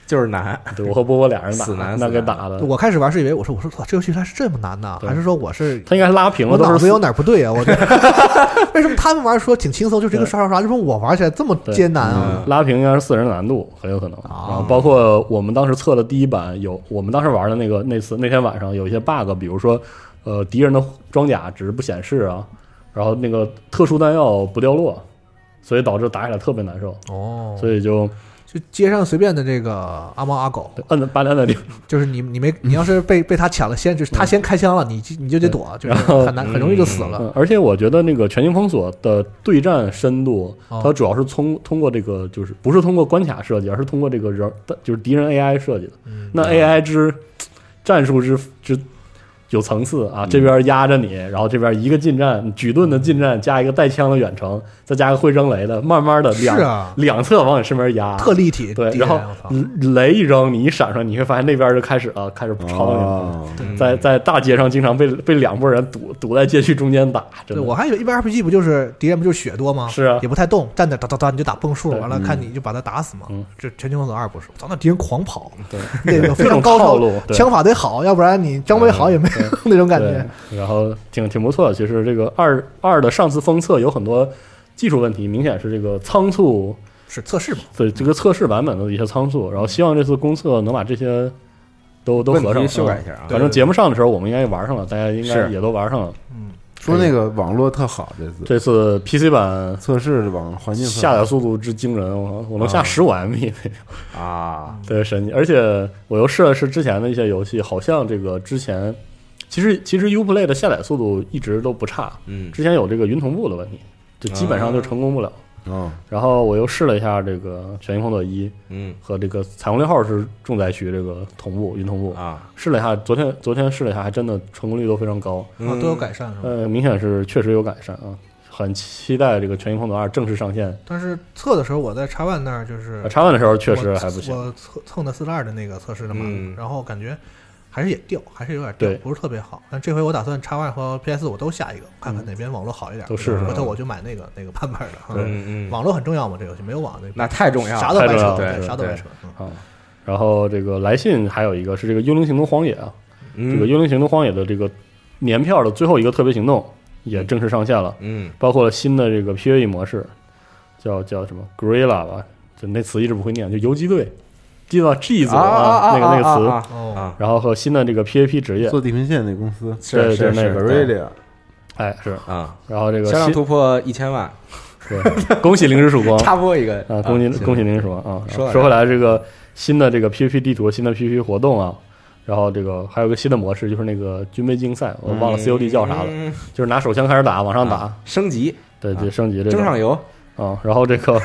Speaker 2: 就是难。
Speaker 5: 对，我和波波俩人打，
Speaker 2: 死难
Speaker 5: 那给打的。
Speaker 4: 我开始玩是以为我说这游戏它是这么难呢，还是说我是
Speaker 5: 他应该是拉平了，
Speaker 4: 我脑子有哪儿不对啊？我为什么他们玩说挺轻松，就是一个刷，为什么我玩起来这么艰难啊？
Speaker 5: 拉平应该是4人难度，很有可能。然后包括我们当时测的第一版我们当时玩的那天晚上有一些 bug， 比如说敌人的装甲值不显示啊，然后那个特殊弹药不掉落，所以导致打起来特别难受。所以就
Speaker 4: 街上随便的这个阿猫阿狗，
Speaker 5: 把按的
Speaker 4: 就是你要是被他抢了就是他先开枪了，你就得躲，就是很容易就死了。
Speaker 5: 而且我觉得那个全境封锁的对战深度，它主要是通过这个，就是不是通过关卡设计，而是通过这个人，就是敌人 AI 设计的。那 AI 战术之有层次啊，这边压着你，然后这边一个近战举盾的近战加一个带枪的远程，再加个会扔雷的，慢慢的两侧往你身边压，
Speaker 4: 特立体。
Speaker 5: 对，然后雷一扔，你一闪出来，你会发现那边就开始朝你，在大街上经常被两拨人堵在街区中间打。
Speaker 4: 对，我还以为一般 RPG 不就是敌人不就是血多吗？
Speaker 5: 是啊，
Speaker 4: 也不太动，站着哒你就打蹦数，完了看你就把他打死嘛。这全境封锁2不是，咱那敌人狂跑，
Speaker 5: 对，
Speaker 4: 那个非常高套路，枪法得好，要不然你装备好也没有那种感觉。
Speaker 5: 然后挺不错的。其实这个二的上次封测有很多技术问题，明显是这个仓促，
Speaker 4: 是测试嘛？
Speaker 5: 对，这个测试版本的一些仓促。然后希望这次公测能把这些都合上，
Speaker 2: 修改一下啊。
Speaker 5: 反正节目上的时候我们应该玩上了，大家应该也都玩上了。
Speaker 3: 说那个网络特好，
Speaker 5: 这次 PC 版
Speaker 3: 测试环境
Speaker 5: 下载速度之惊人，我能下15 MB
Speaker 2: 啊，
Speaker 5: 特别神奇。而且我又试了试之前的一些游戏，好像这个之前其实 Uplay 的下载速度一直都不差，之前有这个云同步的问题，就基本上就成功不了。然后我又试了一下这个全境封锁1，和这个彩虹6号是重灾区，这个云同步啊，试了一下，昨天试了一下，还真的成功率都非常高，
Speaker 4: 都有改善是吧？
Speaker 5: 明显是确实有改善啊，很期待这个全境封锁2正式上线。
Speaker 4: 但是测的时候我在X1那儿就是
Speaker 5: X1的时候确实还不行，
Speaker 4: 我蹭的42的那个测试的嘛，然后感觉还是掉，还是有点掉，不是特别好。但这回我打算X1和PS4我都下一个，看看哪边网络好一点，
Speaker 5: 都试试。
Speaker 4: 回头我就买那个版本的。网络很重要嘛，这游戏没有网
Speaker 2: 那太重要了，
Speaker 4: 啥都白扯，
Speaker 2: 对，
Speaker 4: 啥都白扯。
Speaker 5: 然后这个来信还有一个是这个《幽灵行动：荒野》啊，这个《幽灵行动：荒野》的这个年票的最后一个特别行动也正式上线了，包括了新的这个 PVE 模式，叫什么 Guerrilla 吧，就那词一直不会念，就游击队。记到 G 组那个词，然后和新的这个 PVP 职业，
Speaker 3: 做地平线那公司，
Speaker 5: 是那个
Speaker 3: Guerrilla，
Speaker 5: 是啊，然后这个
Speaker 2: 销量突破1000万，
Speaker 5: 对，恭喜灵之曙光，
Speaker 2: 插播一个
Speaker 5: 啊，恭喜灵之曙光啊！说回来，这个新的这个 PVP 地图，新的 PVP 活动啊，然后这个还有个新的模式，就是那个军备竞赛，我忘了 COD 叫啥了，就是拿手枪开始打，往上打，
Speaker 2: 升级，
Speaker 5: 对，升级这
Speaker 2: 争上游
Speaker 5: 啊，然后这个。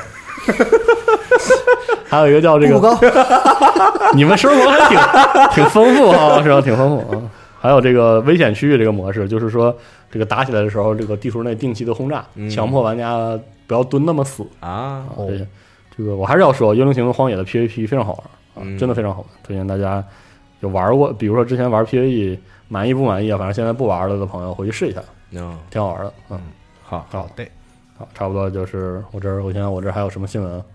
Speaker 5: 还有一个叫这个，你们生活还挺丰富哈，是吧？挺丰富啊。还有这个危险区域这个模式，就是说这个打起来的时候，这个地图内定期的轰炸，强迫玩家不要蹲那么死啊。这个我还是要说，《幽灵行动：荒野》的 PVP 非常好玩啊，真的非常好玩，推荐大家有玩过，比如说之前玩 PVE 满意不满意啊，反正现在不玩了的朋友回去试一下，挺好玩的。
Speaker 2: 好，
Speaker 4: 对，
Speaker 5: 好，差不多就是我想我这还有什么新闻啊？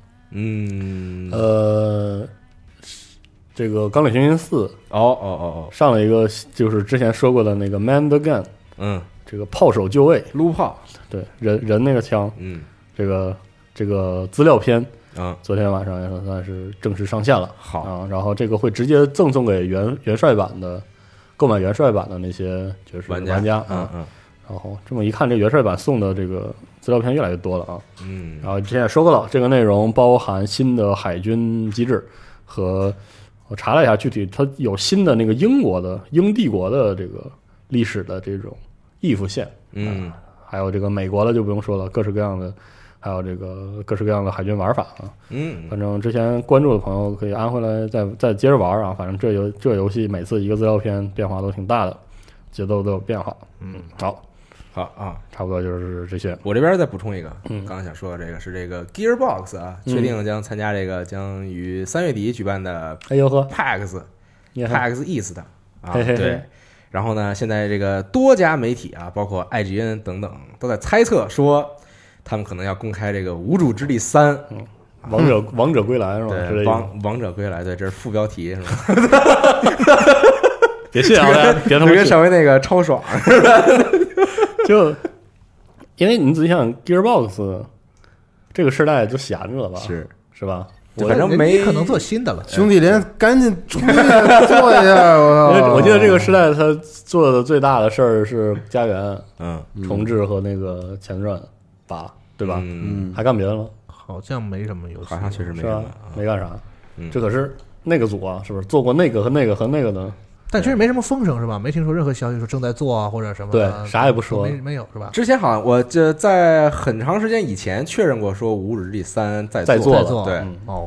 Speaker 5: 这个《钢铁雄心4》上了一个就是之前说过的那个 Man the Gun， 这个炮手就位
Speaker 2: 撸炮，
Speaker 5: 对，人那个枪，这个资料片昨天晚上也算是正式上线了，
Speaker 2: 好
Speaker 5: 啊，然后这个会直接赠送给元帅版的购买元帅版的那些就是玩家啊，然后这么一看，这元帅版送的这个资料片越来越多了啊，然后之前也说过了，这个内容包含新的海军机制和我查了一下，具体它有新的那个英帝国的这个历史的这种义父线，还有这个美国的就不用说了，各式各样的，还有这个各式各样的海军玩法啊，反正之前关注的朋友可以安回来再接着玩啊，反正这游戏每次一个资料片变化都挺大的，节奏都有变化，
Speaker 2: 好啊，
Speaker 5: 差不多就是这些。
Speaker 2: 我这边再补充一个，刚刚想说的这个是这个 Gearbox 啊，确定将参加这个将于3月底举办的 PAX East 啊，对。然后呢，现在这个多家媒体啊，包括 IGN 等等，都在猜测说他们可能要公开这个《无主之地3》
Speaker 5: 王者归来是吧？
Speaker 2: 对，王者归来，对，这是副标题是吧？
Speaker 5: 别信啊！别他妈
Speaker 2: 上回那个超爽，
Speaker 5: 就因为你仔细想 ，Gearbox 这个时代就闲着了吧？是吧？
Speaker 2: 反正没
Speaker 4: 可能做新的了。
Speaker 3: 兄弟连赶紧出去做一下！
Speaker 5: 我记得这个时代他做的最大的事儿是家园，重置和那个前传8，对吧？还干别的吗？
Speaker 4: 好像没什么游戏，
Speaker 2: 好像确实没
Speaker 5: 什么，没干啥。这可是那个组啊，是不是做过那个和那个和那个呢？
Speaker 4: 但其实没什么风声是吧？没听说任何消息说正在做啊或者什么。
Speaker 5: 对，啥也不说，
Speaker 4: 没有是吧？
Speaker 2: 之前好像我这在很长时间以前确认过，说《无主之地3》在
Speaker 5: 做。
Speaker 2: 对，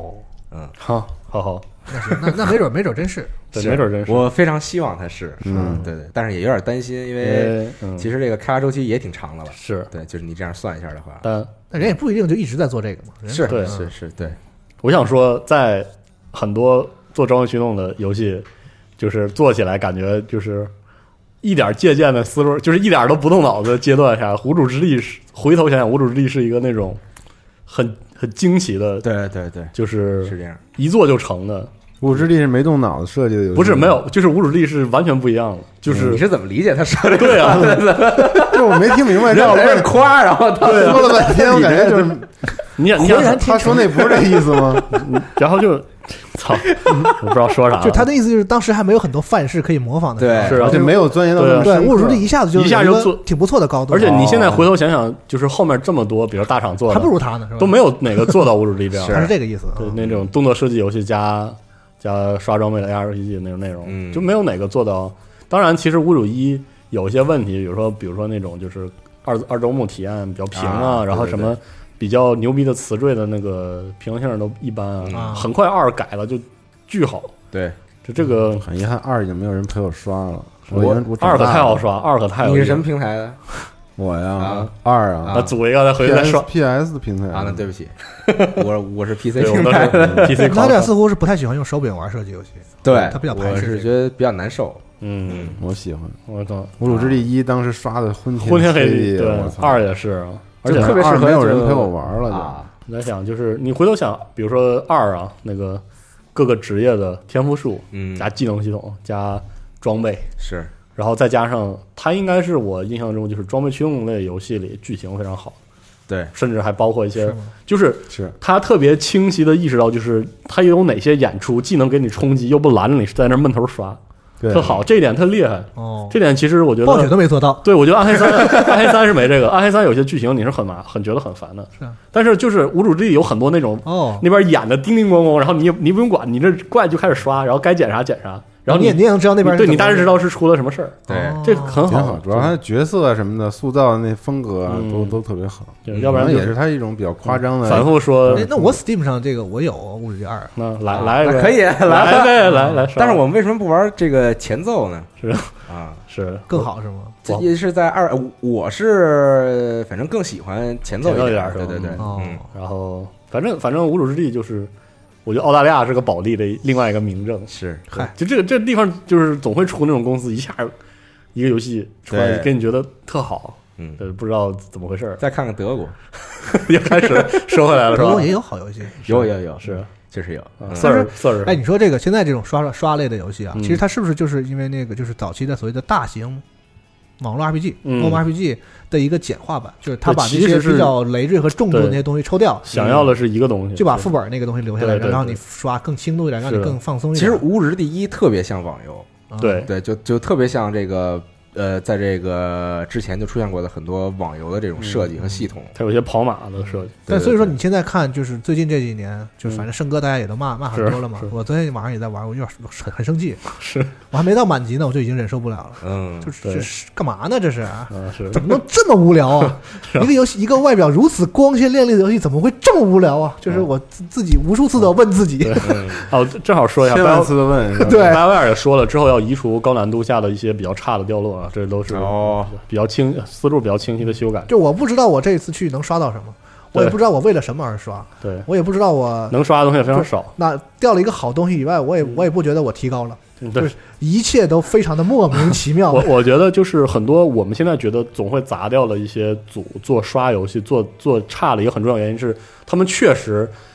Speaker 5: 好，
Speaker 4: 那没准真是，
Speaker 5: 对，没准真是。
Speaker 2: 我非常希望它是，对，但是也有点担心，因为其实这个开发周期也挺长的了。
Speaker 5: 是
Speaker 2: 对，就是你这样算一下的话，
Speaker 4: 但人也不一定就一直在做这个嘛。
Speaker 2: 是，对。
Speaker 5: 我想说，在很多做装备驱动的游戏。就是做起来感觉就是一点借鉴的思路，就是一点都不动脑子的阶段下，无主之地回头想想，无主之地是一个那种很惊奇的，
Speaker 2: 对，
Speaker 5: 就是
Speaker 2: 这样
Speaker 5: 一做就成的。
Speaker 3: 无主之地是没动脑子设计的游戏，
Speaker 5: 不是没有，就是无主之地是完全不一样的。就是
Speaker 2: 你是怎么理解他说的？
Speaker 5: 对啊，
Speaker 3: 就我没听明白，
Speaker 2: 让我被夸，然后他
Speaker 3: 说了半天，我感觉就是
Speaker 5: 你
Speaker 3: 他说那不是这意思吗？
Speaker 5: 然后就。操，我不知道说啥。
Speaker 4: 就他的意思就是，当时还没有很多范式可以模仿的，
Speaker 2: 对，
Speaker 5: 是，
Speaker 3: 而且没有钻研到那么深。
Speaker 4: 对，无主之地一下就做挺不错的高度。
Speaker 5: 而且你现在回头想想，就是后面这么多，比如大厂做的，
Speaker 4: 还不如他呢，是吧？
Speaker 5: 都没有哪个做到无主之地这样。
Speaker 4: 他是这个意思。
Speaker 5: 对，那种动作射击游戏加刷装备的 ARPG 那种内容，就没有哪个做到。当然，其实无主1有一些问题，比如说那种就是二周目体验比较平啊，然后什么比较牛逼的词缀的那个平衡性都一般啊。很快2改了就。巨好，
Speaker 2: 对，
Speaker 5: 就这个
Speaker 3: 很遗憾，2已经没有人陪我刷了。
Speaker 5: 我2可太好刷，2可太有。
Speaker 2: 你是什么平台的？
Speaker 3: 我呀，2啊，
Speaker 5: 那组一个再回去再刷。
Speaker 3: PS 平台
Speaker 2: 啊，那对不起，我是 PC 平台。
Speaker 5: PC
Speaker 4: 他俩似乎是不太喜欢用手柄玩射击游戏，
Speaker 2: 对
Speaker 4: 他比较排斥，
Speaker 2: 我是觉得比较难受。
Speaker 3: 我喜欢。
Speaker 5: 我操，
Speaker 3: 无主之地1当时刷的昏
Speaker 5: 天
Speaker 3: 黑地，
Speaker 5: 对，2也是，
Speaker 3: 而且
Speaker 2: 特别适合
Speaker 3: 没有人陪我玩了
Speaker 2: 啊。
Speaker 5: 你在想，就是你回头想，比如说2啊，那个。各个职业的天赋树，加技能系统，加装备
Speaker 2: 是，
Speaker 5: 然后再加上它应该是我印象中就是装备驱动类游戏里剧情非常好，
Speaker 2: 对，
Speaker 5: 甚至还包括一些，就是它特别清晰的意识到，就是它有哪些演出既能给你冲击，又不拦着你在那闷头刷，特好，这一点特厉害
Speaker 4: 哦。
Speaker 5: 这点其实我觉得
Speaker 4: 暴雪都没做到。
Speaker 5: 对，我觉得暗黑3是没这个，暗黑3有些剧情你是很觉得很烦的，
Speaker 4: 是啊。
Speaker 5: 但是就是无主之地有很多那种那边演的叮叮咣咣，然后你不用管，你这怪就开始刷，然后该捡啥捡啥。然后
Speaker 4: 你也能知道那边
Speaker 5: 对你大致知道是出了什么事儿，
Speaker 2: 对，
Speaker 5: 这很好，
Speaker 3: 主要他角色什么的塑造那风格啊，都特别好，
Speaker 5: 要不然
Speaker 3: 也是他一种比较夸张的。
Speaker 5: 反复说，
Speaker 4: 那我 Steam 上这个我有无主之地2，
Speaker 5: 那来
Speaker 2: 可以
Speaker 5: 来呗，来。
Speaker 2: 但是我们为什么不玩这个前奏呢？
Speaker 5: 是
Speaker 4: 更好是吗？
Speaker 2: 也是在我是反正更喜欢前奏一点，对，
Speaker 5: 然后反正无主之地就是。我觉得澳大利亚是个宝地的另外一个明证，
Speaker 2: 是，
Speaker 5: 就这地方就是总会出那种公司一下一个游戏出来给你觉得特好，不知道怎么回事。
Speaker 2: 再看看德国，
Speaker 5: 又开始说回来了，是吧？
Speaker 4: 德国也有好游戏，
Speaker 2: 有，
Speaker 5: 是
Speaker 2: 确实有。
Speaker 5: 但是，
Speaker 4: 哎，你说这个现在这种刷类的游戏啊，其实它是不是就是因为那个就是早期的所谓的大型网络 RPG、MMORPG 的一个简化版，就是他把那些比较累赘和重度的那些东西抽掉，
Speaker 5: 想要的是一个东西，
Speaker 4: 就把副本那个东西留下来，然后你刷更轻度一点，让你更放松一点。
Speaker 2: 其实《无主之地1》特别像网游，
Speaker 5: 对，
Speaker 2: 就特别像这个在这个之前就出现过的很多网游的这种设计和系统，
Speaker 5: 它有些跑马的设计。
Speaker 4: 但所以说你现在看，就是最近这几年，就反正圣哥大家也都骂很多了嘛。我昨天晚上也在玩，我有点很生气。
Speaker 5: 是
Speaker 4: 我还没到满级呢，我就已经忍受不了了。就是这是干嘛呢？这是怎么能这么无聊啊？一个游戏，一个外表如此光鲜亮丽的游戏，怎么会这么无聊啊？就是我自己无数次的问自己。
Speaker 5: 正好说一下，
Speaker 3: 千万次的问。
Speaker 4: 对，
Speaker 5: 巴威尔也说了，之后要移除高难度下的一些比较差的掉落。这都是比较思路比较清晰的修改。
Speaker 4: 就我不知道我这一次去能刷到什么，我也不知道我为了什么而刷，
Speaker 5: 对
Speaker 4: 我也不知道我
Speaker 5: 能刷的东西也非常少。
Speaker 4: 那掉了一个好东西以外，我也不觉得我提高了，就是一切都非常的莫名其妙。
Speaker 5: 我觉得就是很多我们现在觉得总会砸掉了一些组做刷游戏做差的一个很重要原因是，他们确实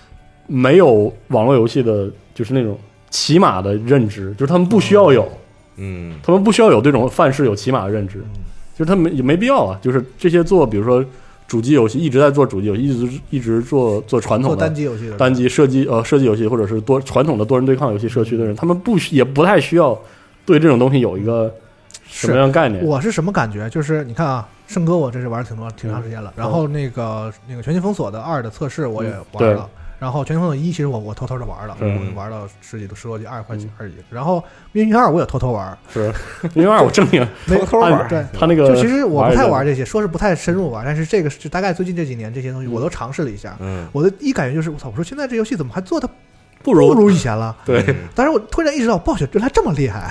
Speaker 5: 没有网络游戏的，就是那种起码的认知，就是他们不需要有，他们不需要有这种范式有起码的认知，就是他们也没必要啊。就是这些做，比如说主机游戏一直在做主机游戏，一直做传统的
Speaker 4: 单机游戏的
Speaker 5: 单机射击游戏，或者是传统的多人对抗游戏社区的人，他们也不太需要对这种东西有一个什么样的概念。
Speaker 4: 我是什么感觉？就是你看啊，圣歌我这是玩了挺长时间了，然后那个全境封锁的2的测试我也玩了。然后全境封锁1其实我偷偷的玩了，我玩到十多级2块几而已。然后命运2我也偷偷玩，
Speaker 5: 是命运2我证明
Speaker 2: 偷偷玩。
Speaker 4: 对，
Speaker 5: 他那个
Speaker 4: 就其实我不太玩这些，说是不太深入玩，但是这个是大概最近这几年这些东西我都尝试了一下。我的一感觉就是我操，我说现在这游戏怎么还做的不如以前了？
Speaker 5: 对，
Speaker 4: 但是我突然意识到暴雪原来这么厉害。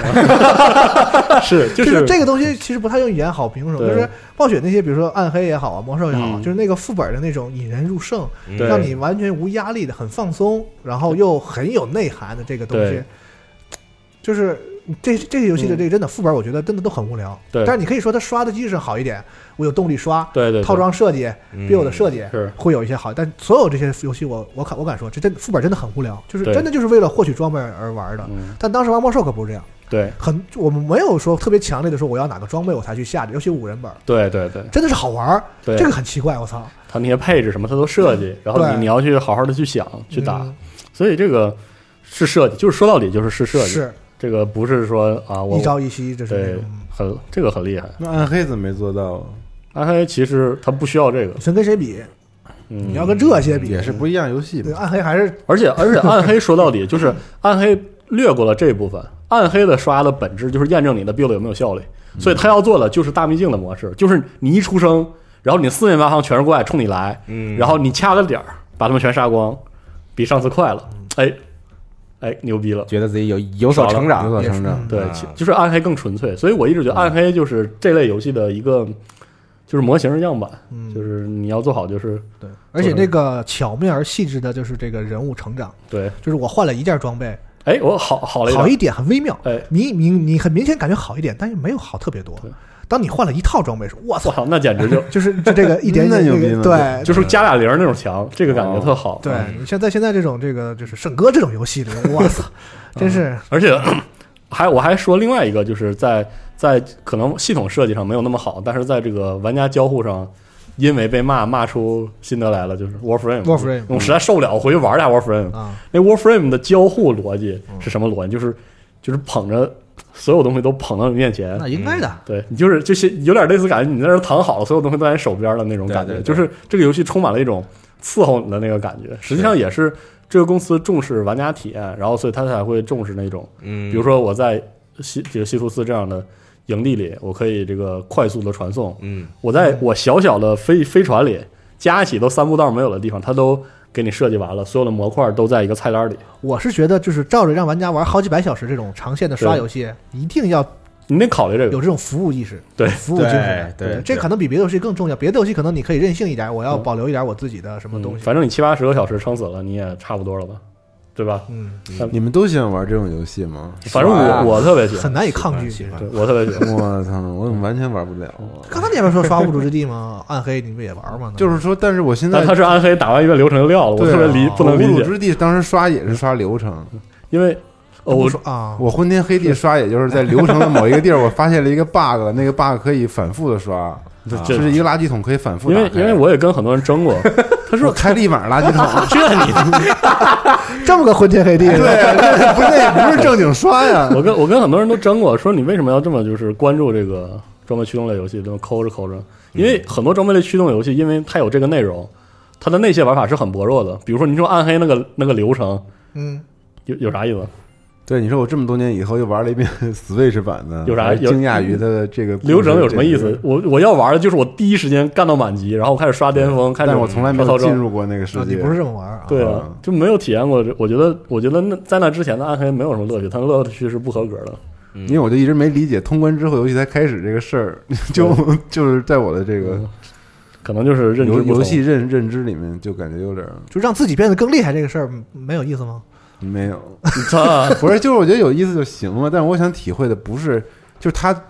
Speaker 4: 就是这个东西其实不太用语言好评述，就是暴雪那些比如说暗黑也好啊，魔兽也好，就是那个副本的那种引人入胜，让你完全无压力的很放松，然后又很有内涵的这个东西，就是这些游戏的这个真的副本我觉得真的都很无聊。但是你可以说它刷的机制好一点，我有动力刷，
Speaker 5: 对
Speaker 4: 套装设计build的设计会有一些好，但所有这些游戏我敢说这副本真的很无聊，就是真的就是为了获取装备而玩的。但当时玩魔兽可不是这样，
Speaker 5: 对，
Speaker 4: 我们没有说特别强烈的说我要哪个装备我才去下的，尤其5人本，
Speaker 5: 对，
Speaker 4: 真的是好玩，这个很奇怪，我操，
Speaker 5: 他那些配置什么他都设计，然后你要去好好的去想去打，所以这个是设计，就是说到底就是设计，是这个不是说啊我
Speaker 4: 一朝一夕，这是
Speaker 5: 这个很厉害。
Speaker 3: 那暗黑怎么没做到啊？
Speaker 5: 暗黑其实他不需要这个，
Speaker 4: 跟谁比？你要跟这些比
Speaker 3: 也是不一样游戏。
Speaker 4: 暗黑还是，
Speaker 5: 而且暗黑说到底就是暗黑略过了这部分。暗黑的刷的本质就是验证你的 build 有没有效率，所以他要做的就是大秘境的模式，就是你一出生，然后你四面八方全是怪冲你来，然后你掐个点儿把他们全杀光，比上次快了，牛逼了，
Speaker 2: 觉得自己有所成长，
Speaker 5: 对，就是暗黑更纯粹，所以我一直觉得暗黑就是这类游戏的一个就是模型样板，就是你要做好，就是
Speaker 4: 对，而且那个巧妙而细致的，就是这个人物成长，
Speaker 5: 对，
Speaker 4: 就是我换了一件装备，
Speaker 5: 我好
Speaker 4: 一点，很微妙，你很明显感觉好一点，但是没有好特别多。当你换了一套装备时，我操，
Speaker 5: 那简直就是
Speaker 4: 这个一点点
Speaker 3: 牛逼，
Speaker 4: 对，
Speaker 5: 就是加俩零那种强，这个感觉特好。
Speaker 4: 对，你像在现在这种这个就是圣歌这种游戏里，我操，真是。
Speaker 5: 而且我还说另外一个，就是在可能系统设计上没有那么好，但是在这个玩家交互上，因为被骂出心得来了，就是 Warframe， 我实在受不了，我回去玩一下 Warframe。那 Warframe 的交互逻辑是什么逻辑？就是捧着。所有东西都捧到你面前，
Speaker 4: 那应该的。
Speaker 5: 对，你就是有点类似感觉，你在这躺好了，所有东西都在你手边的那种感觉。
Speaker 2: 对，
Speaker 5: 就是这个游戏充满了一种伺候你的那个感觉。实际上也是这个公司重视玩家体验，然后所以他才会重视那种，比如说我在这个西图斯这样的营地里，我可以这个快速的传送。我在我小小的飞船里，加一起都3步道没有的地方，它都给你设计完了，所有的模块都在一个菜单里。
Speaker 4: 我是觉得就是照着让玩家玩好几百小时这种长线的刷游戏，一定要
Speaker 5: 你得考虑这个，
Speaker 4: 有这种服务意识，
Speaker 5: 对，
Speaker 4: 服务精神，对，这可能比别的游戏更重要。别的游戏可能你可以任性一点，我要保留一点我自己的什么东西。
Speaker 5: 反正你70-80个小时撑死了，你也差不多了吧，对吧？
Speaker 3: 你们都喜欢玩这种游戏吗？
Speaker 5: 反正我特别喜欢，
Speaker 4: 很难以抗拒。其实
Speaker 5: 我特别喜欢。
Speaker 3: 我操，我怎么完全玩不了？
Speaker 4: 刚才你不是说刷无主之地吗？暗黑你不也玩吗？
Speaker 3: 就是说，但是我现在
Speaker 5: 他是暗黑打完一个流程就撂了，我特别不能理解。
Speaker 3: 无主之地当时刷也是刷流程，
Speaker 5: 因为
Speaker 3: 我昏天黑地刷，也就是在流程的某一个地儿，我发现了一个 bug， 那个 bug 可以反复的刷。这是一个垃圾桶，可以反复打开。
Speaker 5: 因为我也跟很多人争过，他说
Speaker 3: 开了一晚上垃圾桶，
Speaker 5: 这你
Speaker 4: 这么个昏天黑地，
Speaker 3: 对，那也不是正经刷呀。
Speaker 5: 我跟很多人都争过，说你为什么要这么就是关注这个装备驱动类游戏，这么抠着，因为很多装备类驱动游戏，因为它有这个内容，它的那些玩法是很薄弱的。比如说你说暗黑那个流程，有啥意思？
Speaker 3: 对，你说我这么多年以后又玩了一遍 Switch 版的，
Speaker 5: 有啥
Speaker 3: 惊讶于它的这个
Speaker 5: 流程有什么意思？我要玩的就是我第一时间干到满级，然后开始刷巅峰，
Speaker 3: 但我从来没有进入过那个世界。
Speaker 4: 你不是这么玩啊？
Speaker 5: 对啊，就没有体验过。我觉得那在那之前的暗黑没有什么乐趣，它的乐趣是不合格的。
Speaker 3: 因为我就一直没理解通关之后游戏才开始这个事儿，就是在我的这个
Speaker 5: 可能就是认知
Speaker 3: 游戏认知里面，就感觉有点
Speaker 4: 就让自己变得更厉害这个事儿没有意思吗？
Speaker 3: 没有，不是，就是我觉得有意思就行了。但是我想体会的不是，就是他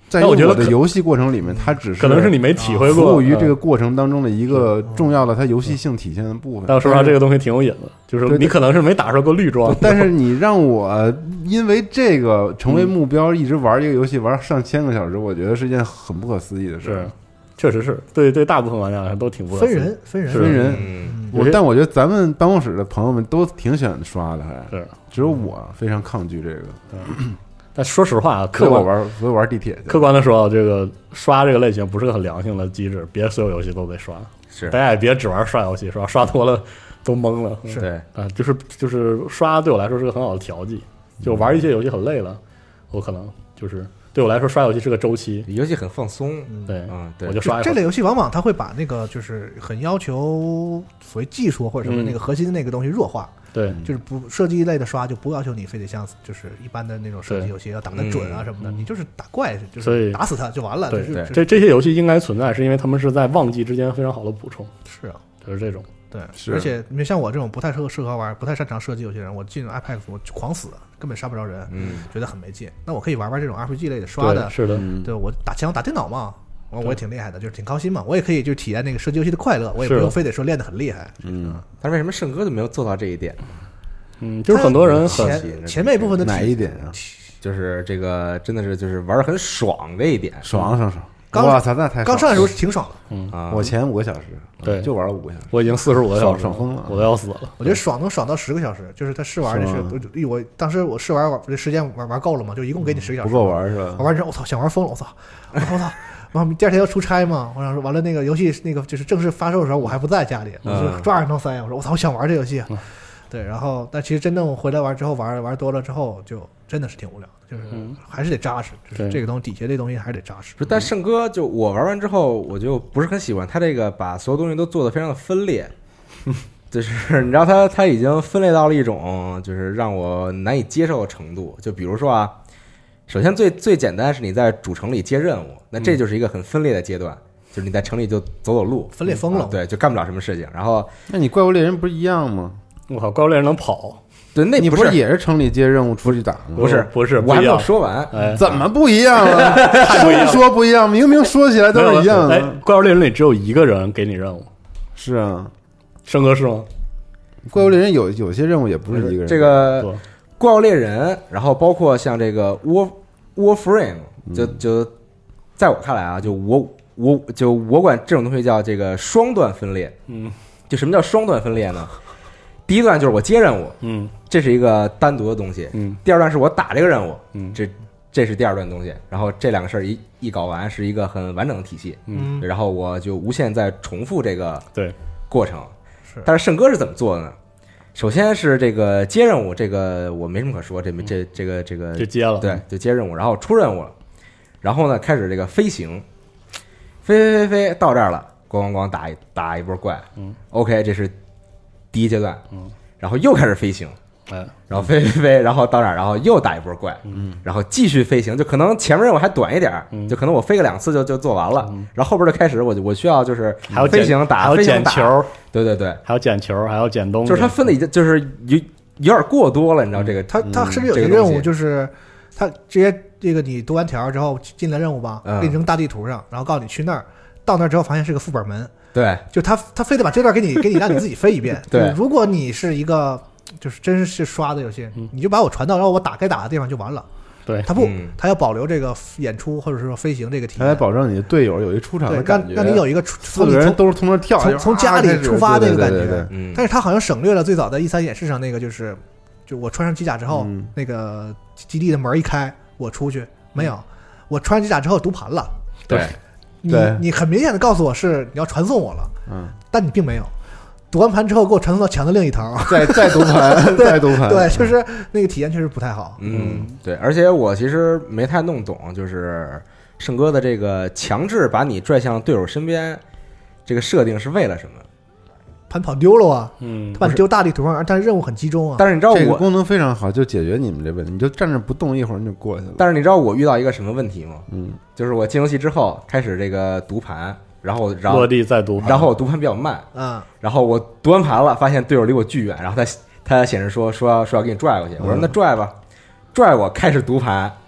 Speaker 3: 在我的游戏过程里面，它只是
Speaker 5: 可能是你没体会过，
Speaker 3: 服务于这个过程当中的一个重要的它游戏性体现的部分。
Speaker 5: 但说实话，这个东西挺有瘾的，就是你可能是没打上过绿装，
Speaker 3: 但是你让我因为这个成为目标，一直玩一个游戏玩上千个小时，我觉得是一件很不可思议的事。
Speaker 5: 是，确实是对大部分玩家来说都挺不可思议。
Speaker 4: 分人。
Speaker 3: 但我觉得咱们办公室的朋友们都挺喜欢刷的，还
Speaker 5: 是
Speaker 3: 只有我非常抗拒这个。
Speaker 5: 但说实话，
Speaker 3: 所以玩地铁。
Speaker 5: 客观的说，这个刷这个类型不是个很良性的机制，别所有游戏都得刷。
Speaker 2: 是，
Speaker 5: 大家也别只玩刷游戏，是吧？刷多了都懵了。
Speaker 4: 是
Speaker 2: 对
Speaker 5: 啊，就是刷对我来说是个很好的调剂。就玩一些游戏很累了，我可能就是对我来说刷游戏是个周期，
Speaker 2: 游戏很放松。
Speaker 5: 对，
Speaker 2: 对，
Speaker 5: 我就刷。
Speaker 4: 这类游戏往往它会把那个就是很要求所谓技术或者什么那个核心的那个东西弱化。
Speaker 5: 对，
Speaker 4: 就是不射击类的刷就不要求你非得像就是一般的那种射击游戏要打得准啊什么的，你就是打怪就是打死它就完了。
Speaker 5: 对，这些游戏应该存在，是因为他们是在旺季之间非常好的补充。
Speaker 4: 是啊，
Speaker 5: 就是这种。
Speaker 4: 对，而且你像我这种不太适合玩、不太擅长射击游戏的人，我进入 Apex 我狂死，根本杀不着人，觉得很没劲。那我可以玩这种 RPG 类的刷的，
Speaker 5: 是的，
Speaker 4: 对我打枪打电脑嘛。我也挺厉害的，就是挺高兴嘛。我也可以就体验那个射击游戏的快乐，我也不用非得说练得很厉害。
Speaker 2: 但是为什么圣哥就没有做到这一点？
Speaker 5: 就是很多人
Speaker 4: 前面一部分的
Speaker 3: 哪一点啊？
Speaker 2: 就是这个真的是就是玩得很爽这一点，
Speaker 3: 爽。哇塞，那太
Speaker 4: 刚上来的时候挺爽
Speaker 3: 的。我前5个小时，
Speaker 5: 对，
Speaker 3: 就玩了5个小时，
Speaker 5: 我已经45个小时，
Speaker 3: 爽疯了，
Speaker 5: 我都要死了。
Speaker 4: 我觉得爽能爽到10个小时，就是他试玩的是，我当时我试玩这时间玩够了嘛，就一共给你10个小时，
Speaker 3: 不够玩是吧？
Speaker 4: 玩完之后我操，想玩疯了，我操！完第二天要出差嘛，我想说完了那个游戏那个就是正式发售的时候我还不在家里，我就抓耳挠腮，我说我操，我想玩这游戏。对，然后但其实真正回来玩之后，玩多了之后，就真的是挺无聊的，就是还是得扎实，就是这个东西底下这东西还是得扎实。
Speaker 2: 但圣哥就我玩完之后，我就不是很喜欢他这个把所有东西都做得非常的分裂，就是你知道他已经分裂到了一种就是让我难以接受的程度。就比如说啊，首先最简单是你在主城里接任务，那这就是一个很分裂的阶段。就是你在城里就走路，
Speaker 4: 分裂疯了，
Speaker 2: 对，就干不了什么事情。然后，
Speaker 3: 那你怪物猎人不是一样吗？
Speaker 5: 我靠，怪物猎人能跑，
Speaker 2: 对，那
Speaker 3: 你不是也是城里接任务出去打吗？
Speaker 2: 不是，我还没有说完，
Speaker 3: 怎么不一样啊？说不一样，明明说起来都是一样的。
Speaker 5: 怪物猎人里只有一个人给你任务，
Speaker 3: 是啊，
Speaker 5: 生哥是吗？
Speaker 3: 怪物猎人有些任务也不是一个人。
Speaker 2: 这个怪物猎人，然后包括像这个Warframe，就在我看来啊，就我管这种东西叫这个双段分裂。就什么叫双段分裂呢？第一段就是我接任务，这是一个单独的东西。第二段是我打这个任务，这是第二段东西。然后这两个事儿一搞完，是一个很完整的体系。然后我就无限在重复这个过程。但是圣哥是怎么做的呢？首先是这个接任务，这个我没什么可说，这个
Speaker 5: 就接了，
Speaker 2: 对，就接任务，然后出任务了，然后呢开始这个飞行，飞到这儿了。咣咣咣打一波怪，OK， 这是第一阶段，然后又开始飞行，然后飞，然后到哪儿，然后又打一波怪，然后继续飞行，就可能前面任务还短一点，就可能我飞个2次就做完了，然后后边就开始我需要就是
Speaker 5: 还有
Speaker 2: 飞行打，
Speaker 5: 还有捡球，
Speaker 2: 对，
Speaker 5: 还有捡球，还要捡东西，
Speaker 2: 就是他分的已经就是有点过多了，你知道这个，
Speaker 4: 他甚至有些任务就是他直接这个你读完条之后进了任务吧，给你扔大地图上，然后告诉你去那儿。到那之后发现是个副本门，
Speaker 2: 对，
Speaker 4: 就他非得把这段给你让你自己飞一遍。
Speaker 2: 对，
Speaker 4: 如果你是一个就是真是刷的游戏，你就把我传到然后我该打的地方就完了。
Speaker 5: 对，
Speaker 4: 他不，他要保留这个演出或者是说飞行这个体验，
Speaker 3: 他得保证你的队友有一出场的感觉，
Speaker 4: 让你有一个
Speaker 3: 4个人都是从那跳，
Speaker 4: 从家里出发那个感
Speaker 3: 觉。
Speaker 4: 但是他好像省略了最早在E3演示上那个，就我穿上机甲之后，那个基地的门一开，我出去没有，我穿上机甲之后读盘了。
Speaker 2: 对。
Speaker 4: 你很明显的告诉我是你要传送我了，但你并没有。读完盘之后给我传送到墙的另一头，
Speaker 3: 再读盘，再读盘，
Speaker 4: 对，就是那个体验确实不太好。
Speaker 2: 对，而且我其实没太弄懂，就是圣哥的这个强制把你拽向队友身边，这个设定是为了什么？
Speaker 4: 盘跑丢了啊，他把你丢大地图上，但是任务很集中啊。
Speaker 2: 但是你知道
Speaker 3: 这个功能非常好，就解决你们这问题，你就站着不动，一会儿你就过去了。
Speaker 2: 但是你知道我遇到一个什么问题吗？就是我进游戏之后开始这个读盘，然后
Speaker 5: 落地再读盘，
Speaker 2: 然后我读盘比较慢，然后我读完盘了，发现队友离我巨远，然后他显示说要给你拽过去，我说那拽吧，拽我开始读盘，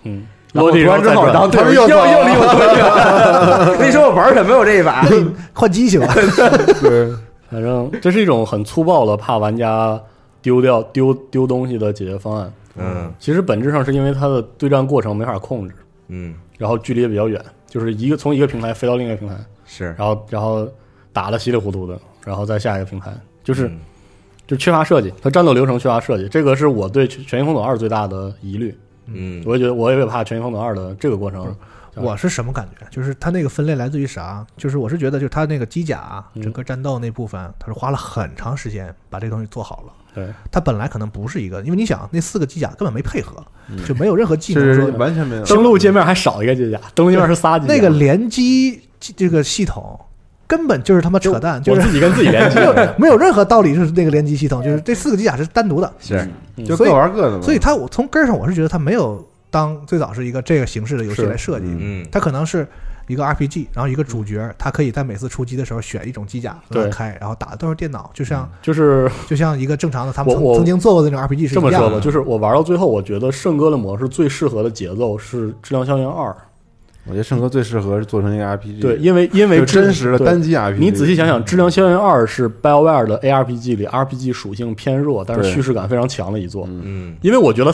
Speaker 5: 落地
Speaker 2: 完之后，然后他们又丢了。你说我玩什么？我这一把
Speaker 4: 换机器吧。
Speaker 5: 对，反正这是一种很粗暴的怕玩家丢东西的解决方案。其实本质上是因为它的对战过程没法控制。然后距离也比较远，就是从一个平台飞到另一个平台，
Speaker 2: 是，
Speaker 5: 然后打得稀里糊涂的，然后再下一个平台，就缺乏设计，它战斗流程缺乏设计，这个是我对《全境封锁2》最大的疑虑。我也觉得我也怕《全境封锁2》的这个过程。
Speaker 4: 我是什么感觉？就是它那个分类来自于啥？就是我是觉得，就是它那个机甲整个战斗那部分，它是花了很长时间把这个东西做好了。
Speaker 5: 对，
Speaker 4: 它本来可能不是一个，因为你想那4个机甲根本没配合，就没有任何技能说
Speaker 3: 完全没有。
Speaker 5: 登录界面还少一个机甲，登录界面是仨机甲。
Speaker 4: 那个联机这个系统根本就是他妈扯淡，就是
Speaker 5: 我自己跟自己联机，
Speaker 4: 没有任何道理。是那个联机系统，就是这4个机甲是单独的，
Speaker 2: 是
Speaker 3: 就各玩各的嘛。
Speaker 4: 所以我从根上我是觉得它没有当最早是一个这个形式的游戏来设计，它可能是一个 RPG， 然后一个主角，他可以在每次出击的时候选一种机甲开，然后打的都是电脑，就像一个正常的他们曾经做过的那种 RPG 是一样的。
Speaker 5: 这么说吧，就是我玩到最后，我觉得圣歌的模式最适合的节奏是《质量效应2》。
Speaker 3: 我觉得圣歌最适合是做成一个 RPG，
Speaker 5: 对，因为
Speaker 3: 真实的单机 RPG。
Speaker 5: 你仔细想想，《质量效应2》是 BioWare 的 ARPG 里 RPG 属性偏弱，但是叙事感非常强的一作。因为我觉得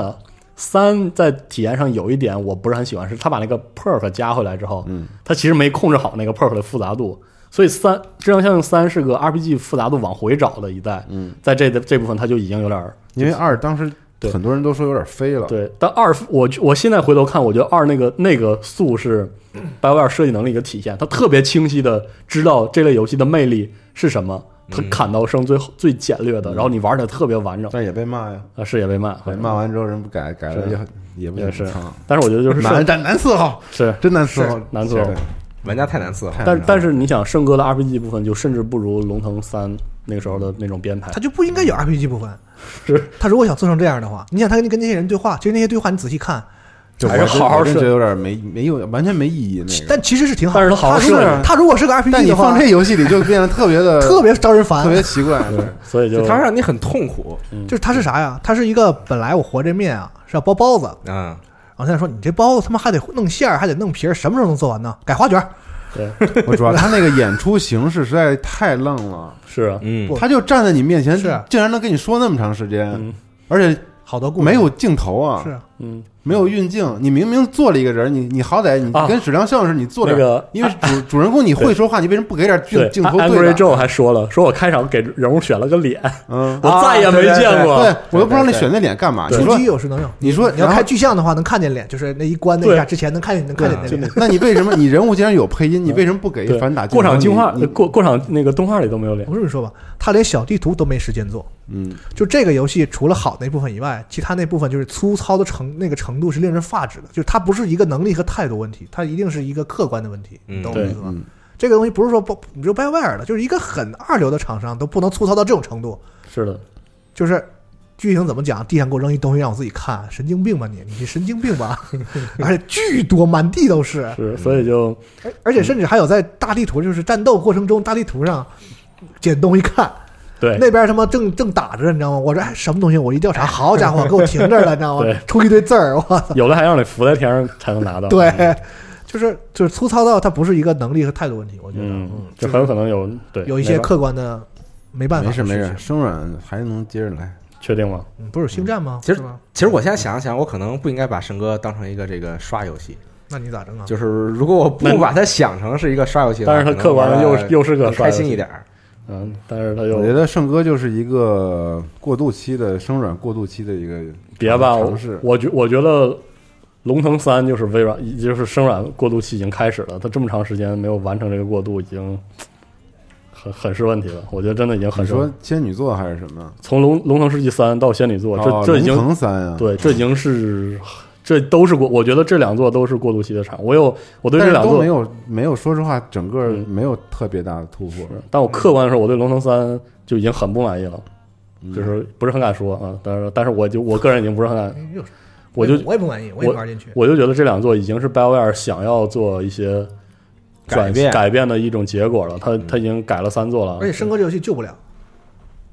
Speaker 5: 3在体验上有一点我不是很喜欢，是他把那个 perk 加回来之后，他其实没控制好那个 perk 的复杂度，所以质量效应3是个 RPG 复杂度往回找的一代。在这部分他就已经有点，
Speaker 3: 因为2当时很多人都说有点飞了。
Speaker 5: 对，但2我现在回头看，我觉得2那个速是 BioWare 设计能力一个体现，他特别清晰的知道这类游戏的魅力是什么。他砍刀声最简略的，然后你玩的特别完整，
Speaker 3: 但也被骂呀。
Speaker 5: 是也被骂，
Speaker 3: 骂完之后人不改了也不
Speaker 5: 是。但是我觉得就是
Speaker 3: 难伺候，
Speaker 5: 是
Speaker 3: 真难伺候，
Speaker 5: 难伺候，
Speaker 2: 玩家太难伺候。
Speaker 5: 但是你想，圣歌的 RPG 部分就甚至不如龙腾3那个时候的那种编排，
Speaker 4: 他就不应该有 RPG 部分。
Speaker 5: 是他
Speaker 4: 如果想做成这样的话，你想他跟那些人对话，其实那些对话你仔细看。
Speaker 5: 还是好好
Speaker 3: 觉得有点没有完全没意义那个，
Speaker 4: 但其实是挺好。
Speaker 5: 但是
Speaker 4: 他如果是个 RPG 的话，
Speaker 3: 但你放这游戏里就变得特别的
Speaker 4: 特别招人烦，
Speaker 3: 特别奇怪。
Speaker 5: 所以
Speaker 2: 他让你很痛苦。
Speaker 4: 就是他是啥呀？他是一个本来我和这面啊是要包包子然后现在说你这包子他妈还得弄馅儿，还得弄皮儿，什么时候能做完呢？改花卷。
Speaker 5: 对，
Speaker 3: 我主要他那个演出形式实在太愣了。
Speaker 5: 是啊，
Speaker 3: 他就站在你面前，
Speaker 4: 是
Speaker 3: 竟然能跟你说那么长时间，而且
Speaker 4: 好多故事
Speaker 3: 没有镜头啊。
Speaker 4: 是
Speaker 3: 没有运镜，你明明做了一个人，你好歹你跟质量效应是你做
Speaker 5: 那个，
Speaker 3: 因为主人公你会说话，你为什么不给点镜头对
Speaker 5: ？Angry Joe 还说了，说我开场给人物选了个脸，我再也没见过，
Speaker 3: 对我都不知道那选那脸干嘛。
Speaker 4: 出击有时能用，
Speaker 3: 你说
Speaker 4: 你要开巨像的话，能看见脸，就是那一关那一下之前能看见那脸。
Speaker 3: 那你为什么你人物既然有配音，你为什么不给反打？
Speaker 5: 过场进化过场那个动画里都没有脸。
Speaker 4: 我这么说吧，他连小地图都没时间做。就这个游戏除了好那部分以外，其他那部分就是粗糙的那个程度是令人发指的。就是它不是一个能力和态度问题，它一定是一个客观的问题，你懂我意思吗？这个东西不是说你就BioWare的，就是一个很二流的厂商都不能粗糙到这种程度。
Speaker 5: 是的，
Speaker 4: 就是剧情怎么讲？地上给我扔一东西让我自己看，神经病吧你神经病吧？而且巨多，满地都是。
Speaker 5: 是，所以就
Speaker 4: 而且甚至还有在大地图，就是战斗过程中大地图上捡东西看。
Speaker 5: 对，
Speaker 4: 那边他妈正打着，你知道吗？我说什么东西？我一调查，好家伙，给我停这儿了，你知道吗？出一堆字儿，我操！
Speaker 5: 有的还让你浮在天上才能拿到。
Speaker 4: 对，就是粗糙到它不是一个能力和态度问题，我觉得，
Speaker 5: 这很有可能有
Speaker 4: 一些客观的没办法。
Speaker 3: 没事，生软还能接着来。
Speaker 5: 确定吗？
Speaker 4: 不是星战吗？
Speaker 2: 其实我现在想想，我可能不应该把圣歌当成一个这个刷游戏。
Speaker 4: 那你咋整啊？
Speaker 2: 就是如果我不把它想成是一个刷游戏，
Speaker 5: 但是它客观的又是个
Speaker 2: 开心一点。
Speaker 5: 但是他
Speaker 3: 我觉得圣歌就是一个过渡期的生软过渡期的一个
Speaker 5: 别吧
Speaker 3: 尝试。
Speaker 5: 我觉得龙腾3就是微软，就是生软过渡期已经开始了。他这么长时间没有完成这个过渡，已经很是问题了。我觉得真的已经很。
Speaker 3: 你说仙女座还是什么？
Speaker 5: 从龙腾世纪3到仙女座，这已经
Speaker 3: 龙腾3啊，
Speaker 5: 对，这已经是。这都是我觉得这两座都是过渡期的产物。我对这两座
Speaker 3: 没有，说实话，整个没有特别大的突破。
Speaker 5: 但我客观的说，我对龙腾3就已经很不满意了，就是不是很敢说啊。但是我个人已经不是很敢，我
Speaker 4: 也不满意，我也玩进去。
Speaker 5: 我就觉得这两座已经是 BioWare 想要做一些改变的一种结果了。他已经改了3座了，
Speaker 4: 而且生哥这游戏救不了。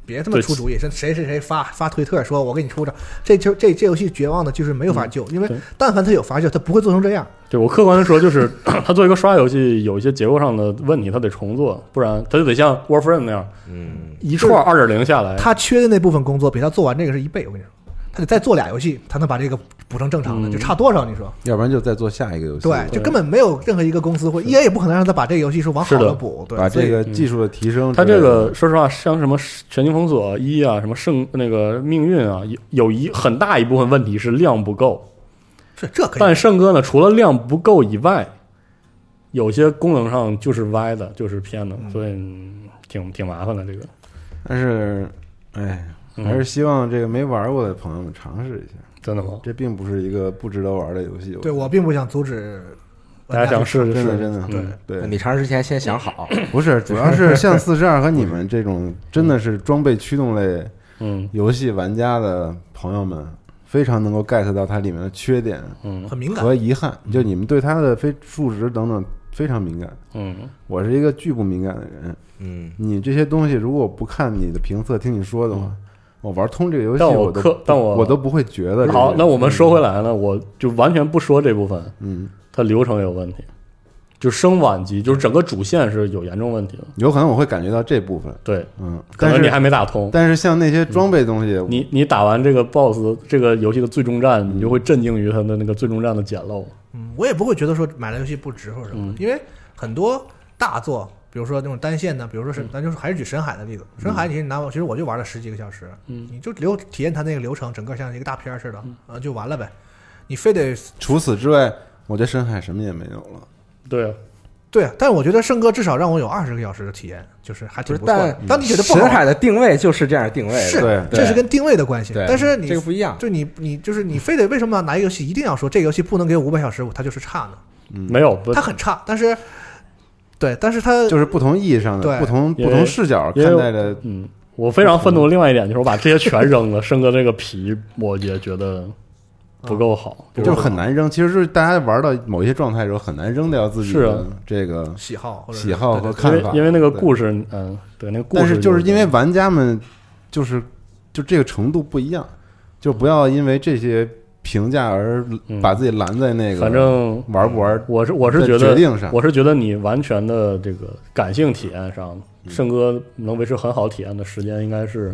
Speaker 4: 别他妈出主意，谁发推特说我给你出招，这游戏绝望的就是没有法救，因为但凡他有法救，他不会做成这样。
Speaker 5: 对，我客观的说，就是他做一个刷游戏有一些结构上的问题，他得重做，不然他就得像 Warframe 那样，一串 2.0 下来。
Speaker 4: 他缺的那部分工作比他做完这个是1倍，我跟你说，他得再做俩游戏，他能把这个补成正常的，就差多少？你说，
Speaker 3: 要不然就再做下一个游戏。
Speaker 4: 对，就根本没有任何一个公司或 EA 也不可能让他把这个游戏说往好了补，对，
Speaker 3: 把这个技术的提升。
Speaker 5: 他这个说实话，像什么全境封锁1啊，什么那个命运啊，有很大一部分问题是量不够。
Speaker 4: 是这可以，
Speaker 5: 但圣歌呢，除了量不够以外，有些功能上就是歪的，就是偏的，所以挺麻烦的这个。
Speaker 3: 但是，还是希望这个没玩过的朋友们尝试一下。
Speaker 5: 真的吗？
Speaker 3: 这并不是一个不值得玩的游戏。
Speaker 4: 对，我并不想阻止
Speaker 5: 大家想试，
Speaker 3: 真的，对。
Speaker 2: 你尝试之前先想好，
Speaker 3: 不是，主要是像42和你们这种真的是装备驱动类游戏玩家的朋友们。非常能够 get 到它里面的缺点，
Speaker 4: 很敏感
Speaker 3: 和遗憾，就你们对它的数值等等非常敏感，我是一个巨不敏感的人，你这些东西如果我不看你的评测，听你说的话，我玩通这个游戏，我都不会觉得。
Speaker 5: 好，那我们说回来呢，我就完全不说这部分，它流程有问题。就升晚级，就是整个主线是有严重问题的，
Speaker 3: 有可能我会感觉到这部分，
Speaker 5: 对，可能你还没打通。
Speaker 3: 但是像那些装备东西，
Speaker 5: 你打完这个 BOSS， 这个游戏的最终战，你就会震惊于它的那个最终战的简陋。
Speaker 4: 我也不会觉得说买了游戏不值或者什么，因为很多大作，比如说那种单线的，比如说是咱就是还是举深海的例子，深海其实我就玩了10几个小时，你就体验它那个流程，整个像一个大片似的，就完了呗。你非得
Speaker 3: 除此之外，我觉得深海什么也没有了。
Speaker 4: 对啊，但我觉得圣歌至少让我有20个小时的体验，就是还挺不错的。当你觉得不好，
Speaker 2: 深海的定位就是这样定位的，
Speaker 4: 是，这是跟定位的关系。但是你
Speaker 2: 这个不一样，
Speaker 4: 就你就是你非得为什么拿一个游戏一定要说这个游戏不能给500小时，它就是差呢？
Speaker 5: 没有，
Speaker 4: 它很差，但是它
Speaker 3: 就是不同意义上的不同视角看待的。
Speaker 5: 我非常愤怒的另外一点就是我把这些全扔了，圣歌这个皮我也觉得不够好，
Speaker 3: 就是很难扔。其实是大家玩到某一些状态的时候，很难扔掉自己的这个
Speaker 4: 喜好
Speaker 3: 和看法，
Speaker 5: 因为那个故事，对那个故事。
Speaker 3: 但是就是因为玩家们就这个程度不一样，就不要因为这些评价而把自己拦在那个。
Speaker 5: 反正
Speaker 3: 玩不玩，
Speaker 5: 我是觉得
Speaker 3: 决定上，
Speaker 5: 我是觉得你完全的这个感性体验上，圣歌能维持很好体验的时间应该是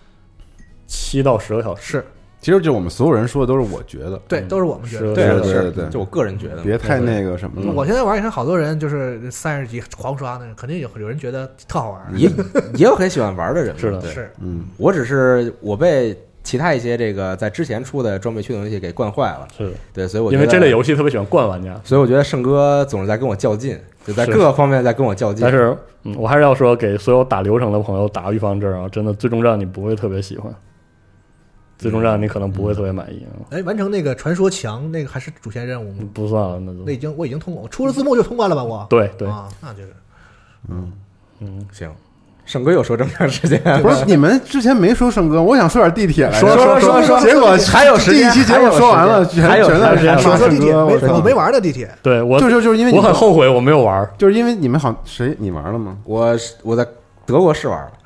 Speaker 5: 7到10个小时。
Speaker 3: 其实就我们所有人说的都是我觉得，
Speaker 4: 对，都是我们觉得，
Speaker 3: 对，
Speaker 2: 就我个人觉得，
Speaker 3: 别太那个什么了。
Speaker 4: 我现在玩也看好多人就是30级狂刷的，肯定有人觉得特好玩，
Speaker 2: 也有很喜欢玩的人，
Speaker 5: 是的，
Speaker 4: 是，
Speaker 2: 我只是我被其他一些这个在之前出的装备驱动游戏给惯坏了，
Speaker 5: 是
Speaker 2: 对，所以我觉得
Speaker 5: 因为这类游戏特别喜欢惯玩家，
Speaker 2: 所以我觉得圣哥总是在跟我较劲，就在各个方面在跟我较劲。
Speaker 5: 但是，我还是要说，给所有打流程的朋友打预防针啊！真的，最终战你不会特别喜欢，最终战你可能不会特别满意啊。
Speaker 4: 完成那个传说墙那个还是主线任务吗？
Speaker 5: 不算了，
Speaker 4: 我已经通过，我出了字幕就通关了吧？我
Speaker 5: 对
Speaker 4: 啊，那就是，
Speaker 2: 行。圣哥又说这么长时间，
Speaker 3: 不是你们之前没说圣哥，我想说点地铁来
Speaker 2: 说，结果还有时间，
Speaker 3: 第一期节目说完了，
Speaker 2: 还有
Speaker 3: 时间
Speaker 4: 说地铁，我没玩的地铁，
Speaker 5: 对我
Speaker 3: 就是因为
Speaker 5: 我很后悔我没有玩，
Speaker 3: 就是因为你们你玩了吗？
Speaker 2: 我在德国是玩了，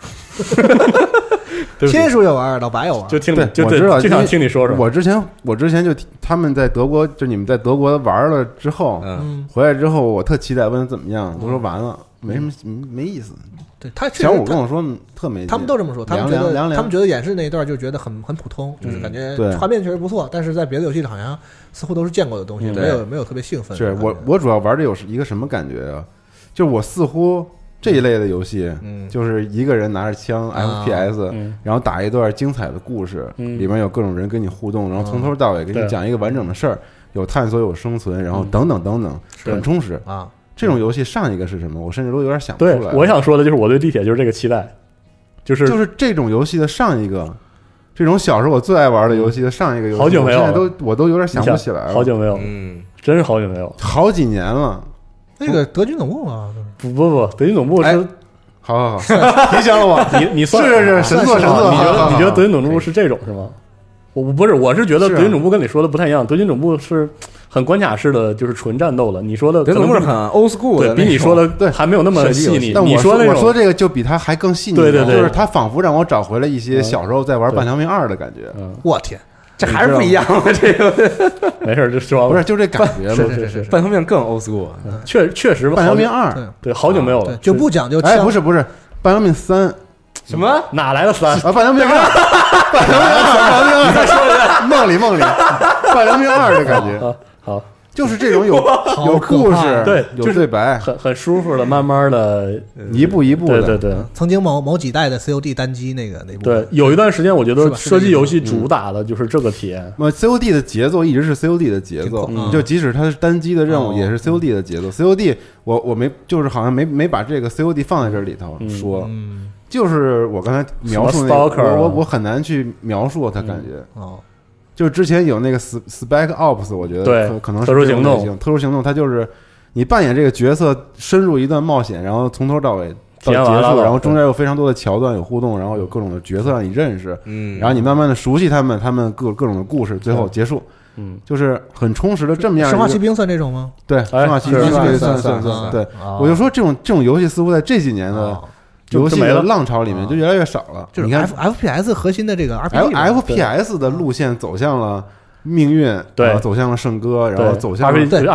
Speaker 4: 天叔也玩，老白也玩，
Speaker 5: 就听
Speaker 3: 对，我知道，
Speaker 5: 就想听你说说。
Speaker 3: 我之前就他们在德国，就你们在德国玩了之后，回来之后我特期待，问怎么样，都说完了，没什么没意思。
Speaker 4: 对他，
Speaker 3: 小五跟我说特没劲，
Speaker 4: 他们都这么说，他们觉得演示那一段就觉得很普通，就是感觉画面确实不错，但是在别的游戏里好像似乎都是见过的东西，没有特别兴奋。
Speaker 3: 是我主要玩的有一个什么感觉啊？就是我似乎这一类的游戏，就是一个人拿着枪 FPS，然后打一段精彩的故事，里面有各种人跟你互动，然后从头到尾给你讲一个完整的事儿，有探索，有生存，然后等等等等，很充实啊。这种游戏上一个是什么？我甚至都有点想不出来。
Speaker 5: 对，我想说的就是我对地铁就是这个期待，就是
Speaker 3: 这种游戏的上一个，这种小时候我最爱玩的游戏的上一个游戏，
Speaker 5: 好久没有了，
Speaker 3: 现在我都有点想不起来了，
Speaker 5: 好久没有，真是好久没有，
Speaker 3: 好几年了。
Speaker 4: 那个德军总部啊，
Speaker 5: 不，德军总部是，
Speaker 3: 好，提醒了我，
Speaker 5: 你算
Speaker 3: 是神作，
Speaker 5: 你觉得德军总部是这种是吗？ 我是觉得德军总部跟你说的不太一样，德军总部是很关卡式的，就是纯战斗了。你说的
Speaker 2: 德军总部是很 old school 的，
Speaker 5: 比你说的对还没有那么细腻。
Speaker 3: 但
Speaker 5: 我
Speaker 3: 说这个就比他还更细腻，
Speaker 5: 对，
Speaker 3: 就是他仿佛让我找回了一些小时候在玩半条命2的感觉。
Speaker 4: 我天，
Speaker 2: 这还是不一样吗？这个
Speaker 5: 没事，就说
Speaker 3: 不是就这感觉吗？
Speaker 4: 是
Speaker 2: 半条命更 old school，
Speaker 5: 确实
Speaker 3: 半条命2，
Speaker 5: 对，好久没有了，
Speaker 4: 就不讲究。
Speaker 3: 哎，不是半条命3。
Speaker 2: 什么？
Speaker 5: 哪来的3？
Speaker 3: 啊，半条命2，半条命2，梦里，半条命2的感觉。
Speaker 5: 好，
Speaker 3: 就是这种有故事，
Speaker 5: 对，
Speaker 3: 有对白，
Speaker 5: 很舒服的，慢慢的，
Speaker 3: 一步一步的。
Speaker 5: 对。
Speaker 4: 曾经某几代的 COD 单机那部，
Speaker 5: 对，有一段时间我觉得射击游戏主打的就是这个体验。
Speaker 3: COD 的节奏一直是 COD 的节奏，就即使它是单机的任务，也是 COD 的节奏。COD 我没就是好像没把这个 COD 放在这里头说。就是我刚才描述那个，我很难去描述它感觉。就是之前有那个 Spec Ops， 我觉得可能是
Speaker 5: 特殊
Speaker 3: 行动，它就是你扮演这个角色深入一段冒险，然后从头到尾到结束，然后中间有非常多的桥段有互动，然后有各种的角色让你认识，然后你慢慢的熟悉他们各种的故事，最后结束。就是很充实的这么样。
Speaker 4: 生化奇兵算这种吗？
Speaker 3: 对，生化奇兵算。对，我就说这种游戏似乎在这几年的游戏的浪潮里面就越来越少了。
Speaker 4: 就是你看 FPS 核心的这个
Speaker 3: RPG，FPS 的路线走向了命运，
Speaker 5: 对，
Speaker 3: 走向了圣歌，然后走向了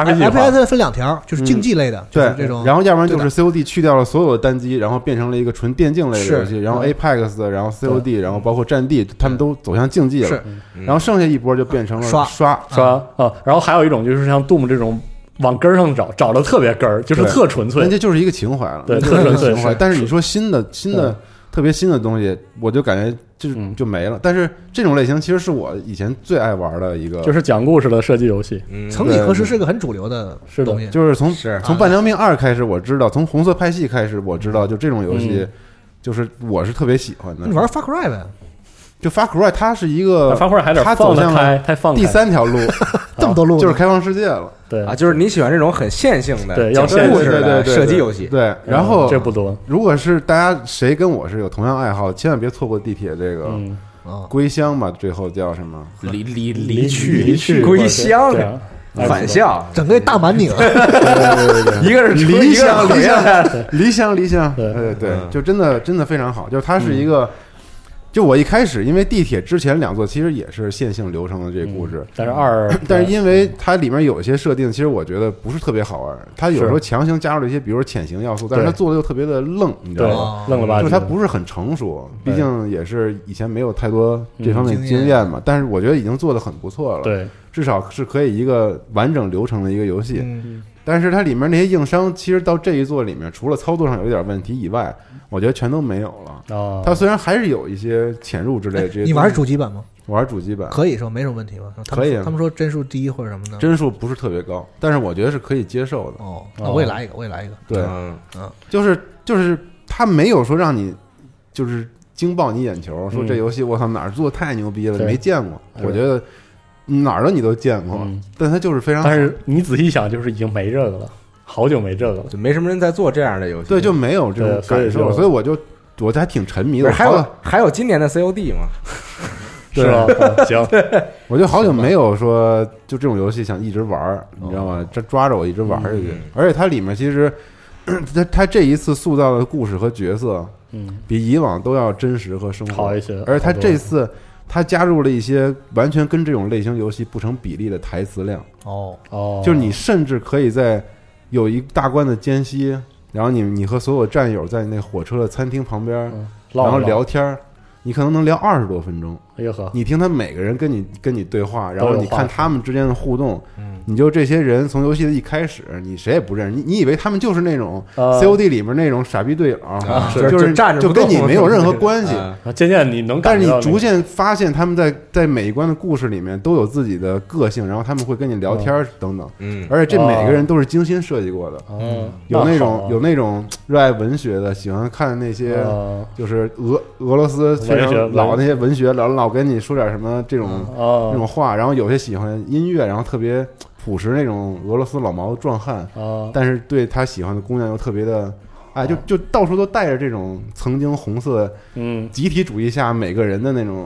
Speaker 4: RPG 分2条，就是竞技类的，
Speaker 3: 对
Speaker 4: 这种，
Speaker 3: 然后要不然就是 COD 去掉了所有的单机，然后变成了一个纯电竞类的游戏，然后 Apex， 然后 COD， 然后包括战地，他们都走向竞技了，然后剩下一波就变成了刷
Speaker 5: 啊，然后还有一种就是像 Doom 这种。往根上找的特别根儿，就是特纯粹，
Speaker 3: 人家就是一个情怀了，
Speaker 5: 对，
Speaker 3: 特纯情怀。但是你说新的特别新的东西，我就感觉就没了。但是这种类型其实是我以前最爱玩的一个，
Speaker 5: 就是讲故事的射击游戏。
Speaker 4: 曾几何时是个很主流的东西，
Speaker 3: 就是从半条命2开始，我知道，从红色派系开始，我知道，就这种游戏，就是我是特别喜欢的。
Speaker 4: 你玩 Far Cry 呗？
Speaker 3: 就 Far Cry 它是一个，
Speaker 5: 它
Speaker 3: 走向了第3条路，
Speaker 4: 这么多路，
Speaker 3: 就是开放世界了。
Speaker 5: 对
Speaker 2: 啊，就是你喜欢这种很线性的、
Speaker 5: 对，
Speaker 2: 讲故事的射击游戏。
Speaker 3: 对，然后
Speaker 5: 这不多。
Speaker 3: 如果是大家谁跟我是有同样爱好，千万别错过地铁这个归乡吧，最后叫什么？
Speaker 2: 离去归乡。返校，
Speaker 4: 整个大满拧，
Speaker 2: 一个是
Speaker 3: 离乡，对，就真的非常好，就是它是一个。就我一开始，因为地铁之前2座其实也是线性流程的这个故事，但是因为它里面有一些设定，其实我觉得不是特别好玩。它有时候强行加入了一些，比如说潜行要素，但是它做的又特别的愣，你知道吗？
Speaker 5: 愣了吧唧，
Speaker 3: 就是它不是很成熟，毕竟也是以前没有太多这方面经验嘛。但是我觉得已经做得很不错了，
Speaker 5: 对，
Speaker 3: 至少是可以一个完整流程的一个游戏。但是它里面那些硬伤，其实到这一座里面，除了操作上有一点问题以外，我觉得全都没有了。它虽然还是有一些潜入之类的这些。
Speaker 4: 你玩主机版吗？
Speaker 3: 我玩主机版，
Speaker 4: 可以说没什么问题吧？
Speaker 3: 可以。
Speaker 4: 他们说帧数低或者什么的，
Speaker 3: 帧数不是特别高，但是我觉得是可以接受的。
Speaker 4: 那我也来一个，
Speaker 3: 对，就是他没有说让你就是惊爆你眼球，说这游戏我操哪儿做太牛逼了，没见过。我觉得。哪儿的你都见过，但它就是非常好。
Speaker 5: 但是你仔细想，就是已经没这个了，好久没这个了，
Speaker 2: 就没什么人在做这样的游戏。
Speaker 3: 对，就没有这种感受，所以我还挺沉迷的。
Speaker 2: 还有今年的 COD 吗？
Speaker 5: 是吧？行，
Speaker 3: 我就好久没有说就这种游戏想一直玩，你知道吗？这抓着我一直玩下去。而且它里面其实它这一次塑造的故事和角色，比以往都要真实和生活
Speaker 5: 好一些。
Speaker 3: 而且它这次。他加入了一些完全跟这种类型游戏不成比例的台词量。就是你甚至可以在有一大关的间隙，然后你和所有战友在那火车的餐厅旁边，然后聊天，你可能能聊20多分钟。
Speaker 5: 哎呀呵！
Speaker 3: 你听他每个人跟你对话，然后你看他们之间的互动，你就这些人从游戏的一开始，你谁也不认识，你以为他们就是那种 COD 里面那种傻逼队友，就是
Speaker 2: 站着
Speaker 3: 就跟你没有任何关系。
Speaker 5: 渐渐你能，
Speaker 3: 但是你逐渐发现他们在每一关的故事里面都有自己的个性，然后他们会跟你聊天等等。而且这每个人都是精心设计过的。有那种热爱文学的，喜欢看那些就是俄罗斯非常老那些文学老跟你说点什么这种话，然后有些喜欢音乐，然后特别朴实那种俄罗斯老毛壮汉，但是对他喜欢的姑娘又特别的哎，就到处都带着这种曾经红色集体主义下每个人的那种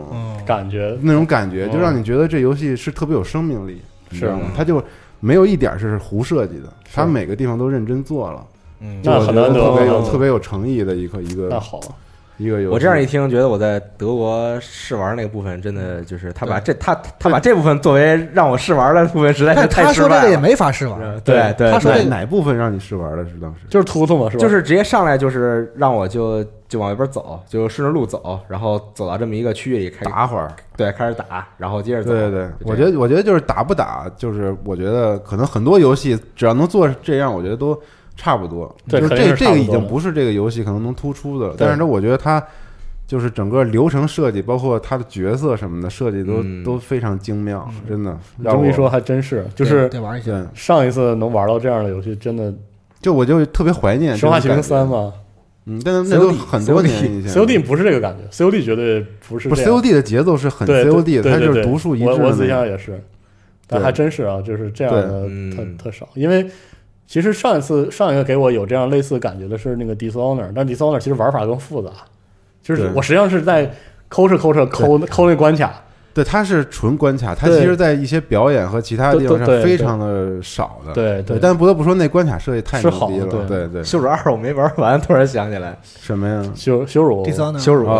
Speaker 5: 感觉，
Speaker 3: 就让你觉得这游戏是特别有生命力，是吗？它就没有一点是胡设计的，它每个地方都认真做了，
Speaker 5: 那很难得，
Speaker 3: 特别有诚意的一个。
Speaker 5: 那好。
Speaker 3: 一个游戏，
Speaker 2: 我这样一听，觉得我在德国试玩那个部分，真的就是他把这部分作为让我试玩的部分，实在是太失败了。
Speaker 4: 他说这个也没法试玩。
Speaker 2: 对，
Speaker 4: 他说
Speaker 3: 哪部分让你试玩的是当时？
Speaker 5: 就是突突嘛，是吧？
Speaker 2: 就是直接上来就是让我就往外边走，就顺着路走，然后走到这么一个区域里开始
Speaker 3: 打会儿，
Speaker 2: 对，开始打，然后接着走。
Speaker 3: 对，我觉得就是打不打，就是我觉得可能很多游戏只要能做这样，我觉得都差不多。
Speaker 5: 对，
Speaker 3: 就是这个已经不是这个游戏可能能突出的，但是呢，我觉得它。就是整个流程设计，包括他的角色什么的设计都非常精妙，真的。
Speaker 5: 这么一说还真是，就是
Speaker 4: 得玩一下。
Speaker 5: 上一次能玩到这样的游戏，真的，
Speaker 3: 我就特别怀念《
Speaker 5: 生化奇兵3》嘛。
Speaker 3: 但那都很多年以前。
Speaker 5: COD 不是这个感觉 ，COD 绝对不是。
Speaker 3: COD 的节奏是很 COD 的，它就是独树一帜。
Speaker 5: 我自己想也是，但还真是啊，就是这样的特少，因为。其实上一个给我有这样类似感觉的是那个 Dishonor， 但 Dishonor 其实玩法更复杂。就是我实际上是在抠那关卡，
Speaker 3: 对，它是纯关卡，它其实在一些表演和其他地方上非常的少的，
Speaker 5: 对，
Speaker 3: 但不得不说那关卡设计太牛逼了，对。
Speaker 2: 羞辱2我没玩完，突然想起来
Speaker 3: 什么呀？
Speaker 5: 羞辱
Speaker 2: 对，羞辱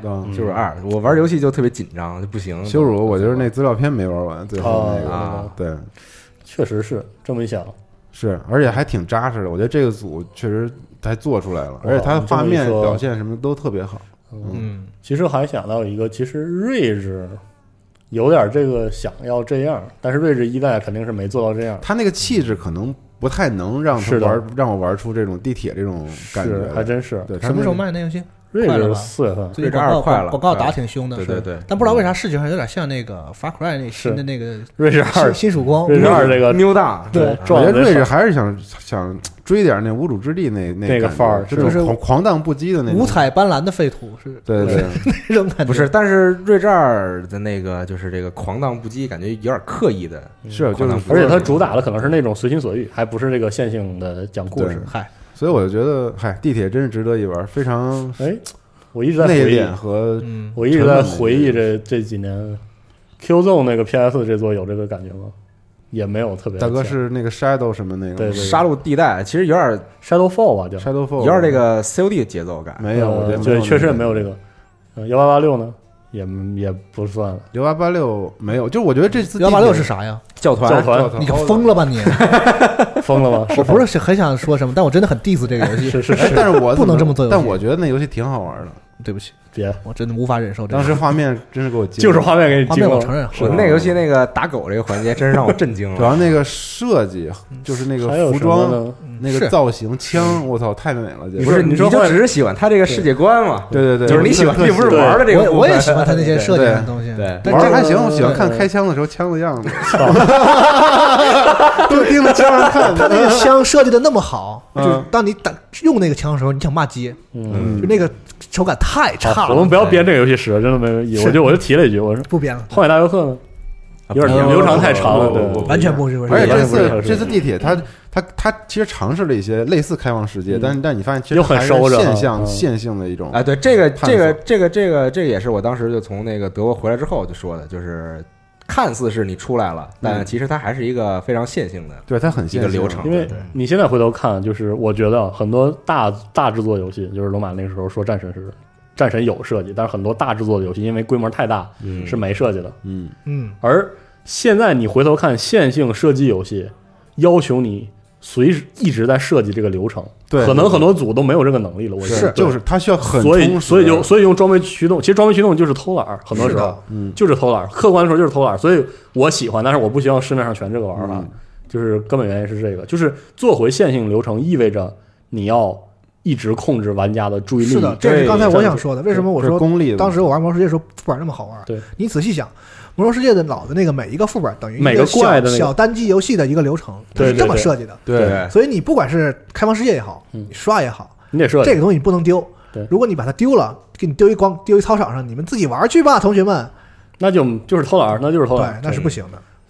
Speaker 2: 2，我玩游戏就特别紧张，就不行。
Speaker 3: 羞辱我就是那资料片没玩完，最后那个对，
Speaker 5: 确实是这么一想。
Speaker 3: 是，而且还挺扎实的。我觉得这个组确实还做出来了，而且它画面表现什么都特别好。
Speaker 5: 其实还想到一个，其实睿智有点这个想要这样，但是睿智1代肯定是没做到这样。
Speaker 3: 他那个气质可能不太能让我玩出这种地铁这种感觉，
Speaker 5: 还真是。
Speaker 4: 对，什么时候卖那游戏？
Speaker 5: 睿智4月份，
Speaker 2: 睿智2快了，
Speaker 4: 广告打挺凶的，
Speaker 2: 对。
Speaker 4: 但不知道为啥视觉上有点像那个 Far Cry 那新的那个
Speaker 5: 睿智2
Speaker 4: 新曙光，
Speaker 5: 睿智2这个
Speaker 2: 牛大，
Speaker 5: 对，
Speaker 3: 我觉得睿智还是想追点那无主之地那
Speaker 5: 个范儿，
Speaker 3: 就是狂荡不羁的那种
Speaker 4: 五彩斑斓的废土，是
Speaker 3: 对
Speaker 4: 那种感觉。
Speaker 2: 不是，但是睿智2的那个就是这个狂荡不羁，感觉有点刻意的，
Speaker 3: 是就是，
Speaker 5: 而且它主打的可能是那种随心所欲，还不是这个线性的讲故事。
Speaker 4: 嗨，
Speaker 3: 所以我就觉得，地铁真是值得一玩，非常
Speaker 5: 我一直在回忆我一直在回忆这几年 Q-Zone 那个 PS 这座有这个感觉吗？也没有特别。
Speaker 3: 大哥是那个 Shadow 什么那个，
Speaker 5: 对，
Speaker 2: 杀戮地带，其实有点
Speaker 5: Shadowfall 吧，叫
Speaker 3: Shadowfall，
Speaker 2: 有点这个 COD 的节奏感。
Speaker 3: 没有，我觉得
Speaker 5: 对，确实也没有这个。1886呢，也不算。
Speaker 3: 1886没有，就是我觉得这次
Speaker 4: 1886是啥呀？
Speaker 2: 教团，
Speaker 4: 你可疯了吧你？
Speaker 5: 疯了吗？
Speaker 4: 我不是很想说什么，但我真的很 diss 这个游戏。
Speaker 5: 是，
Speaker 3: 但是我
Speaker 4: 不能这么做。
Speaker 3: 但我觉得那游戏挺好玩的。
Speaker 4: 对不起，
Speaker 5: 别，
Speaker 4: 我真的无法忍受这个。
Speaker 3: 当时画面真是给我惊了，
Speaker 5: 就是画面给你惊了。
Speaker 4: 我承认，
Speaker 2: 我那个游戏那个打狗这个环节真是让我震惊了。
Speaker 3: 主要那个设计，就是那个服装、那个造型、枪，我操，太美了！
Speaker 2: 不是，你就只是喜欢他这个世界观嘛？
Speaker 3: 对，
Speaker 2: 就是你喜欢，并不是玩的这个。
Speaker 4: 我也喜欢他那些设计的东西。
Speaker 2: 对，
Speaker 3: 玩还行，我喜欢看开枪的时候枪的样子。都盯着枪上看，
Speaker 4: 他那个枪设计的那么好，就是当你用那个枪的时候，你想骂街，就那个手感太差了。
Speaker 5: 我们不要编这个游戏史，真的没有意义。我就提了一句，我说
Speaker 4: 不编了。
Speaker 5: 荒野大游客呢，有点流程太长了，对，
Speaker 4: 完全不是。
Speaker 3: 而且这次地铁，它其实尝试了一些类似开放世界，但你发现其实
Speaker 5: 又很收着
Speaker 3: 线性的一种。
Speaker 2: 哎，对，这个也是我当时就从那个德国回来之后就说的，就是看似是你出来了，但其实它还是一个非常线性的，
Speaker 3: 对，它很线性
Speaker 2: 一个流程。
Speaker 5: 因为你现在回头看，就是我觉得很多大制作游戏，就是龙马那个时候说战神有设计，但是很多大制作的游戏因为规模太大，是没设计的。而现在你回头看线性设计游戏，要求你一直在设计这个流程，
Speaker 3: 对，
Speaker 5: 可能很多组都没有这个能力了。我觉得
Speaker 3: 就是它需要很
Speaker 5: 所以用装备驱动，其实装备驱动就是偷懒，很多时候就是偷懒，客观的时候就是偷懒。所以我喜欢，但是我不希望市面上全这个玩法，就是根本原因是这个，就是做回线性流程意味着你要一直控制玩家的注意力。
Speaker 4: 是的，这是刚才我想说的。为什么我说
Speaker 3: 功利？
Speaker 4: 当时我玩魔兽世界的时候副本那么好玩？
Speaker 5: 对，
Speaker 4: 你仔细想，魔兽世界的老的那个每一个副本等于
Speaker 5: 每个怪的
Speaker 4: 小单机游戏的一个流程，是这么设计的。
Speaker 3: 对，
Speaker 4: 所以你不管是开放世界也好，你刷也好，
Speaker 5: 你得设计
Speaker 4: 这个东西你不能丢。
Speaker 5: 对，
Speaker 4: 如果你把它丢了，给你丢一操场上，你们自己玩去吧，同学们。
Speaker 5: 那就是偷懒，那就是偷懒，
Speaker 4: 对，那是不行的。
Speaker 5: 对，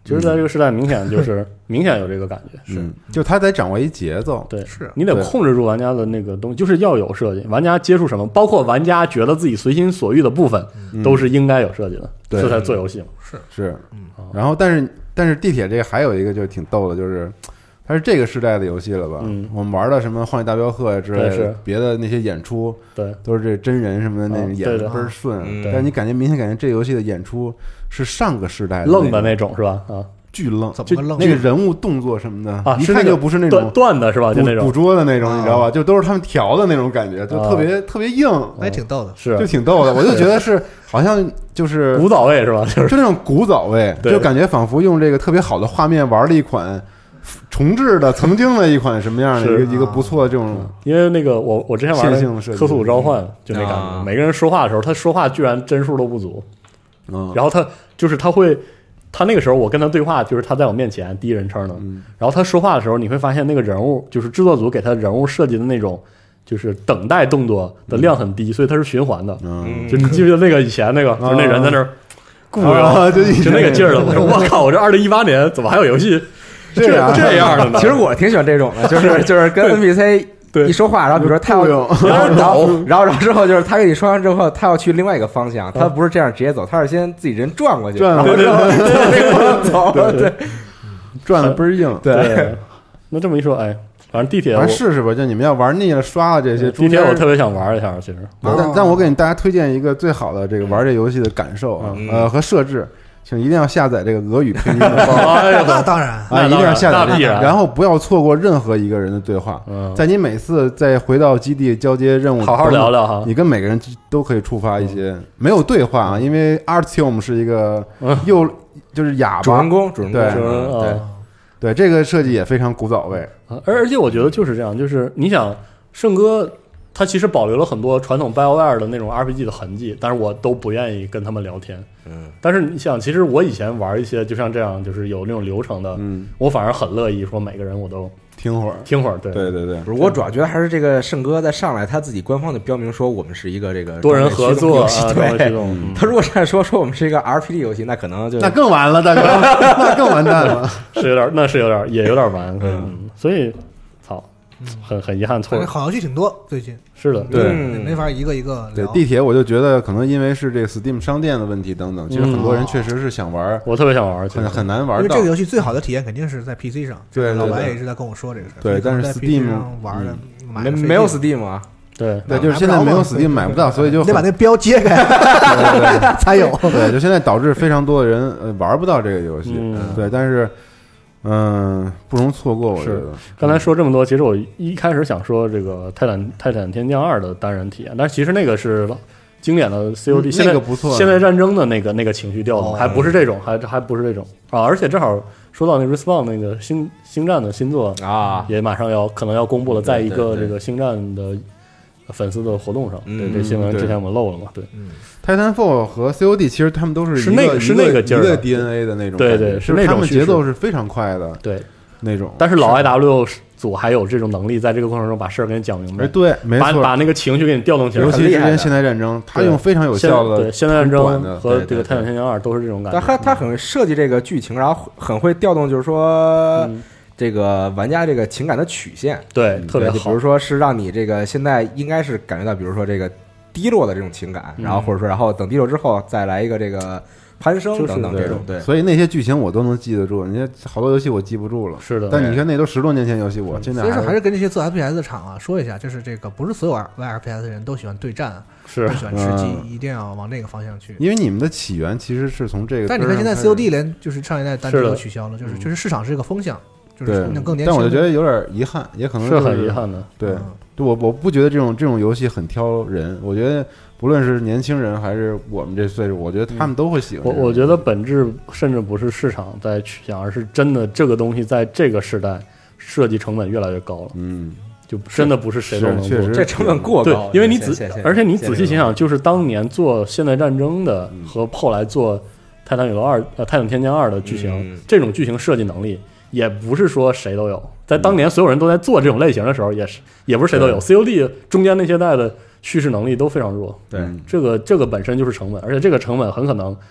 Speaker 5: 其实在这个时代明显有这个感觉，
Speaker 3: 就他得掌握一节奏，
Speaker 5: 对，是你得控制住玩家的那个东西，就是要有设计，玩家接触什么，包括玩家觉得自己随心所欲的部分，都是应该有设计的，这才做游戏嘛。
Speaker 3: 是，然后但是地铁这个还有一个就是挺逗的，就是它是这个时代的游戏了吧？我们玩的什么《荒野大镖客》之类的，别的那些演出，
Speaker 5: 对，
Speaker 3: 都是这真人什么的那种演的倍儿顺，但是你明显感觉这游戏的演出是上个时代
Speaker 5: 愣的那种，是吧？啊。
Speaker 3: 巨愣，
Speaker 4: 怎么愣？
Speaker 3: 那个人物动作什么的
Speaker 5: 啊，
Speaker 3: 一看就不是那种
Speaker 5: 断的是吧？就那种
Speaker 3: 捕捉的那种，你知道吧？就都是他们调的那种感觉，就特别硬，
Speaker 4: 那也挺逗的，
Speaker 5: 是
Speaker 3: 就挺逗的。我就觉得是好像就是
Speaker 5: 古早味是吧？
Speaker 3: 就那种古早味，就感觉仿佛用这个特别好的画面玩了一款重置的曾经的一款什么样的一个不错的这种。
Speaker 5: 因为那个我之前玩的《科苏鲁召唤》就那感觉，每个人说话的时候，他说话居然帧数都不足，然后他那个时候我跟他对话，就是他在我面前第一人称的，然后他说话的时候，你会发现那个人物就是制作组给他人物设计的那种，就是等待动作的量很低，所以它是循环的。就你记不记得那个以前那个，就是那人在那儿顾着，就那个劲儿了。我说我靠，我这2018年怎么还有游戏这样的呢？
Speaker 2: 其实我挺喜欢这种的，就是跟 NPC。一说话，然后比如说他要，然后之后就是他跟你说完之后，他要去另外一个方向，他不是这样直接走，他是先自己人转过去，然后走，对，
Speaker 3: 转的倍儿硬，
Speaker 5: 对。那这么一说，哎，反正地铁
Speaker 3: 玩试试吧，就你们要玩腻了刷了这些，
Speaker 5: 地铁我特别想玩一下，其实。
Speaker 3: 但我给大家推荐一个最好的这个玩这游戏的感受啊，和设置。请一定要下载这个俄语配音的包，
Speaker 4: 那当然
Speaker 3: 啊，一定要下载，然后不要错过任何一个人的对话。在你每次再回到基地交接任务，
Speaker 5: 好好聊聊哈，
Speaker 3: 你跟每个人都可以触发一些没有对话啊，因为 Artyom 是一个就是哑巴
Speaker 2: 主人公，
Speaker 3: 对，这个设计也非常古早味，
Speaker 5: 而且我觉得就是这样，就是你想圣哥。他其实保留了很多传统 BioWare 的那种 RPG 的痕迹，但是我都不愿意跟他们聊天。但是你想，其实我以前玩一些就像这样，就是有那种流程的，我反而很乐意说每个人我都
Speaker 3: 听会儿。
Speaker 5: 对，
Speaker 2: 不是，我主要觉得还是这个圣哥在上来他自己官方的标明说我们是一个这个
Speaker 5: 多人合作游戏，
Speaker 2: 对，他如果这样说我们是一个 RPG 游戏，那可能就
Speaker 3: 那更完了，大哥，那更完蛋了，
Speaker 5: 也有点完，所以。很遗憾错了，
Speaker 4: 好游戏挺多，最近
Speaker 5: 是的，
Speaker 3: 对，
Speaker 4: 没法一个一个聊。
Speaker 3: 对地铁，我就觉得可能因为是这个 Steam 商店的问题等等，其实很多人确实是想玩，
Speaker 5: 我特别想玩，
Speaker 3: 很难玩到。
Speaker 4: 因为这个游戏最好的体验肯定是在 PC 上，
Speaker 3: 对，
Speaker 4: 老白也一直在跟我说这个事。
Speaker 3: 对，但是 Steam
Speaker 4: 上玩的
Speaker 2: 没有 Steam 啊，
Speaker 5: 对，
Speaker 3: 就是现在没有 Steam 买不到，所以就
Speaker 4: 得把那标揭开才有。
Speaker 3: 对，就现在导致非常多的人玩不到这个游戏，对，但是。不容错过。我觉得
Speaker 5: 刚才说这么多，其实我一开始想说这个泰坦天降2的单人体验，但是其实那个是经典的 COD，现在
Speaker 3: 不错，
Speaker 5: 现代战争的那个情绪调动，还不是这种，还不是这种啊！而且正好说到那 Respawn 那个星战的新作
Speaker 2: 啊，
Speaker 5: 也马上可能要公布了，在一个这个星战的粉丝的活动上，对这新闻之前我们漏了嘛？对
Speaker 3: ，Titanfall 和 COD 其实他们都是
Speaker 5: 那个劲儿，
Speaker 3: 一个 DNA 的那种，
Speaker 5: 对，是那种
Speaker 3: 他们节奏是非常快的，
Speaker 5: 对
Speaker 3: 那种。
Speaker 5: 但是老 IW 组还有这种能力，在这个过程中把事儿给你讲明白，
Speaker 3: 对，没错，
Speaker 5: 把那个情绪给你调动起来。
Speaker 3: 尤其是之前现代战争，他用非常有效的，
Speaker 5: 对现代战争和这个泰坦天降2都是这种感觉。
Speaker 2: 但他很会设计这个剧情，然后很会调动，就是说。这个玩家这个情感的曲线，
Speaker 5: 对，特别好。
Speaker 2: 比如说是让你这个现在应该是感觉到，比如说这个低落的这种情感，然后或者说然后等低落之后再来一个这个攀升等等这种，对。
Speaker 3: 所以那些剧情我都能记得住，人家好多游戏我记不住了。
Speaker 5: 是的，
Speaker 3: 但你看那都10多年前游戏，我现在
Speaker 4: 所以说还是跟这些做 FPS 的厂啊说一下，就是这个不是所有玩 FPS 的人都喜欢对战，
Speaker 5: 是
Speaker 4: 都喜欢吃鸡，一定要往那个方向去。
Speaker 3: 因为你们的起源其实是从这个，
Speaker 4: 但你看现在 COD 连就是上一代单机都取消了，就是市场是一个风向。就是更年轻，
Speaker 3: 但我就觉得有点遗憾，也可能
Speaker 5: 是很遗憾的。
Speaker 3: 对，我不觉得这种游戏很挑人，我觉得不论是年轻人还是我们这岁数，我觉得他们都会喜欢。
Speaker 5: 我觉得本质甚至不是市场在取向，而是真的这个东西在这个时代设计成本越来越高了。就真的不是谁都能做，
Speaker 2: 这成本过高。
Speaker 5: 对，因为而且你仔细想想，就是当年做现代战争的和后来做泰坦天降2的剧情，这种剧情设计能力。也不是说谁都有，在当年所有人都在做这种类型的时候，也不是谁都有。COD 中间那些代的叙事能力都非常弱。
Speaker 3: 对，
Speaker 5: 这个本身就是成本，而且这个成本很可能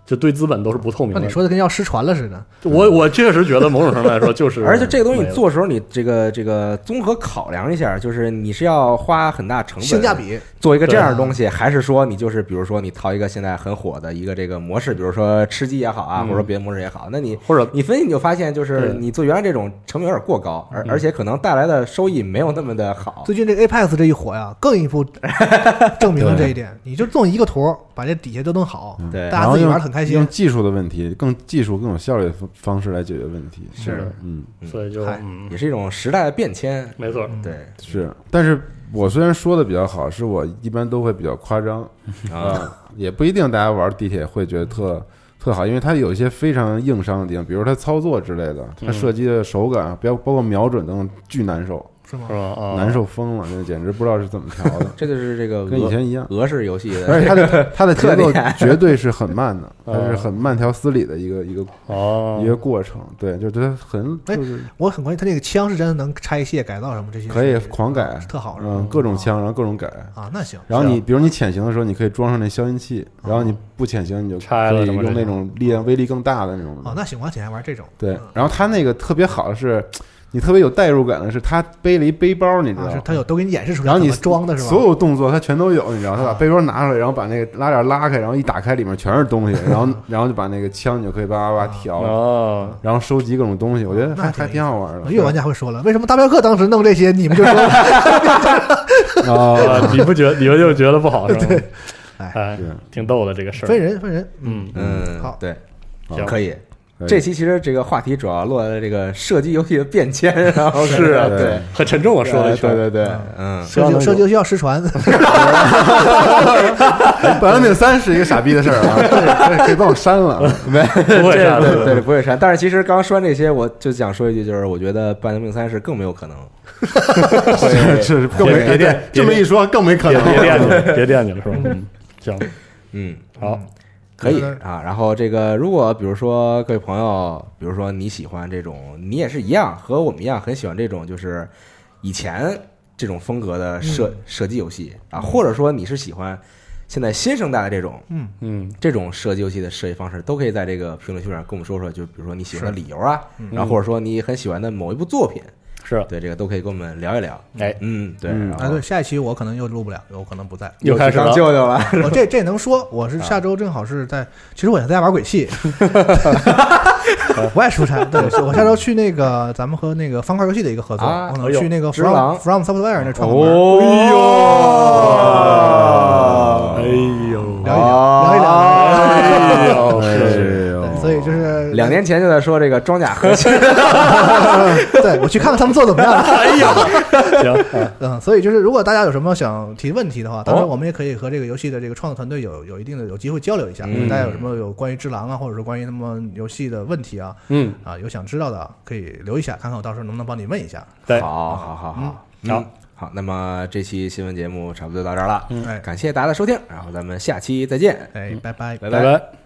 Speaker 5: 就对资本都是不透明的。
Speaker 4: 那你说的跟要失传了似的。
Speaker 5: 我确实觉得某种程度来说就是，
Speaker 2: 而且这个东西你做的时候，你这个综合考量一下，就是你是要花很大成本，
Speaker 4: 性价比
Speaker 2: 做一个这样的东西，还是说你就是比如说你套一个现在很火的一个这个模式，比如说吃鸡也好啊，或者说别的模式也好，那你
Speaker 5: 或者
Speaker 2: 你分析你就发现，就是你做原来这种成本有点过高，而且可能带来的收益没有那么的好。
Speaker 4: 最近这个 Apex 这一火呀，更一步证明了这一点。你就做一个图，把这底下都弄好，
Speaker 2: 对，
Speaker 4: 大家自己玩得很开心。
Speaker 3: 用技术的问题，更有效率的方式来解决问题。
Speaker 2: 是，
Speaker 5: 所以就
Speaker 2: 也是一种时代的变迁。
Speaker 5: 没错，
Speaker 2: 对，
Speaker 3: 是。但是我虽然说的比较好，是我一般都会比较夸张啊，也不一定大家玩地铁会觉得特好，因为它有一些非常硬伤的地方，比如它操作之类的，它设计的手感，包括瞄准等等，巨难受。
Speaker 4: 是吗？
Speaker 3: 难受疯了，那简直不知道是怎么调的。
Speaker 2: 这就是这个
Speaker 3: 跟以前一样，
Speaker 2: 俄式游戏的，
Speaker 3: 而且它的节奏绝对是很慢的，它是很慢条斯理的一个过程。对，就是它很就是，
Speaker 4: 我很关心它那个枪是真的能拆卸改造什么这些，
Speaker 3: 可以狂改，
Speaker 4: 特好，
Speaker 3: 各种枪，然后各种改
Speaker 4: 啊，那行。
Speaker 3: 然后比如你潜行的时候，你可以装上那消音器，然后你不潜行你就
Speaker 5: 拆了，
Speaker 3: 用那种威力更大的那种。
Speaker 4: 哦，那行，我挺爱玩这种。
Speaker 3: 对，然后它那个特别好的是。你特别有代入感的是，他背了一背包，你知道吗？
Speaker 4: 他有都给你演示出来，
Speaker 3: 然后你
Speaker 4: 装的是吧？
Speaker 3: 所有动作他全都有，你知道？他把背包拿出来，然后把那个拉链拉开，然后一打开，里面全是东西，然后就把那个枪你就可以叭叭叭调，然后收集各种东西，我觉得还挺好玩的。
Speaker 4: 有玩家会说了，为什么大镖客当时弄这些，你们就说
Speaker 5: 你们就觉得不好是吧？
Speaker 4: 对，
Speaker 5: 哎，挺逗的这个事儿。
Speaker 4: 分人，
Speaker 2: 好，对，可以。这期其实这个话题主要落在这个射击游戏的变迁，然后
Speaker 5: 是啊，
Speaker 2: 对，
Speaker 5: 很沉重啊，说了一圈，
Speaker 2: 对，
Speaker 4: 射击游戏要失传。
Speaker 3: 本来3是一个傻逼的事儿啊，可以帮我删了，
Speaker 2: 不会删，对，不会删。但是其实刚刚说完这些，我就想说一句，就是我觉得半条命3是更没有可能，
Speaker 3: 是更没这么一说更没可能，
Speaker 5: 别惦记了，是吧？
Speaker 2: 行，
Speaker 5: 好。
Speaker 2: 可以啊，然后这个如果比如说各位朋友，比如说你喜欢这种，你也是一样和我们一样很喜欢这种就是以前这种风格的射击游戏啊，或者说你是喜欢现在新生代的这种这种射击游戏的设计方式，都可以在这个评论区上跟我们说说，就比如说你喜欢的理由啊，然后或者说你很喜欢的某一部作品。
Speaker 5: 是
Speaker 2: 对，这个都可以跟我们聊一聊。
Speaker 5: 哎，
Speaker 2: 对，
Speaker 4: 对，下一期我可能又录不了，有可能不在，
Speaker 5: 又开始当
Speaker 2: 舅舅了。
Speaker 4: 我这能说，我是下周正好是在，其实我也在家玩鬼泣，我也出差。对，我下周去那个咱们和那个方块游戏的一个合作，我可能去那个 From Software 那创门。
Speaker 5: 哎呦，
Speaker 4: 聊一聊。所以就是
Speaker 2: 2年前就在说这个装甲核心，
Speaker 4: 对，我去看看他们做怎么样了。
Speaker 5: 哎呀，
Speaker 4: 行，所以就是如果大家有什么想提问题的话，当然我们也可以和这个游戏的这个创作团队有一定的有机会交流一下。大家有什么有关于只狼啊，或者说关于他们游戏的问题啊，有想知道的可以留一下，看看我到时候能不能帮你问一下。
Speaker 5: 对，
Speaker 2: 好，那么这期新闻节目差不多就到这儿了。感谢大家的收听，然后咱们下期再见。
Speaker 4: 拜拜。
Speaker 5: 拜拜。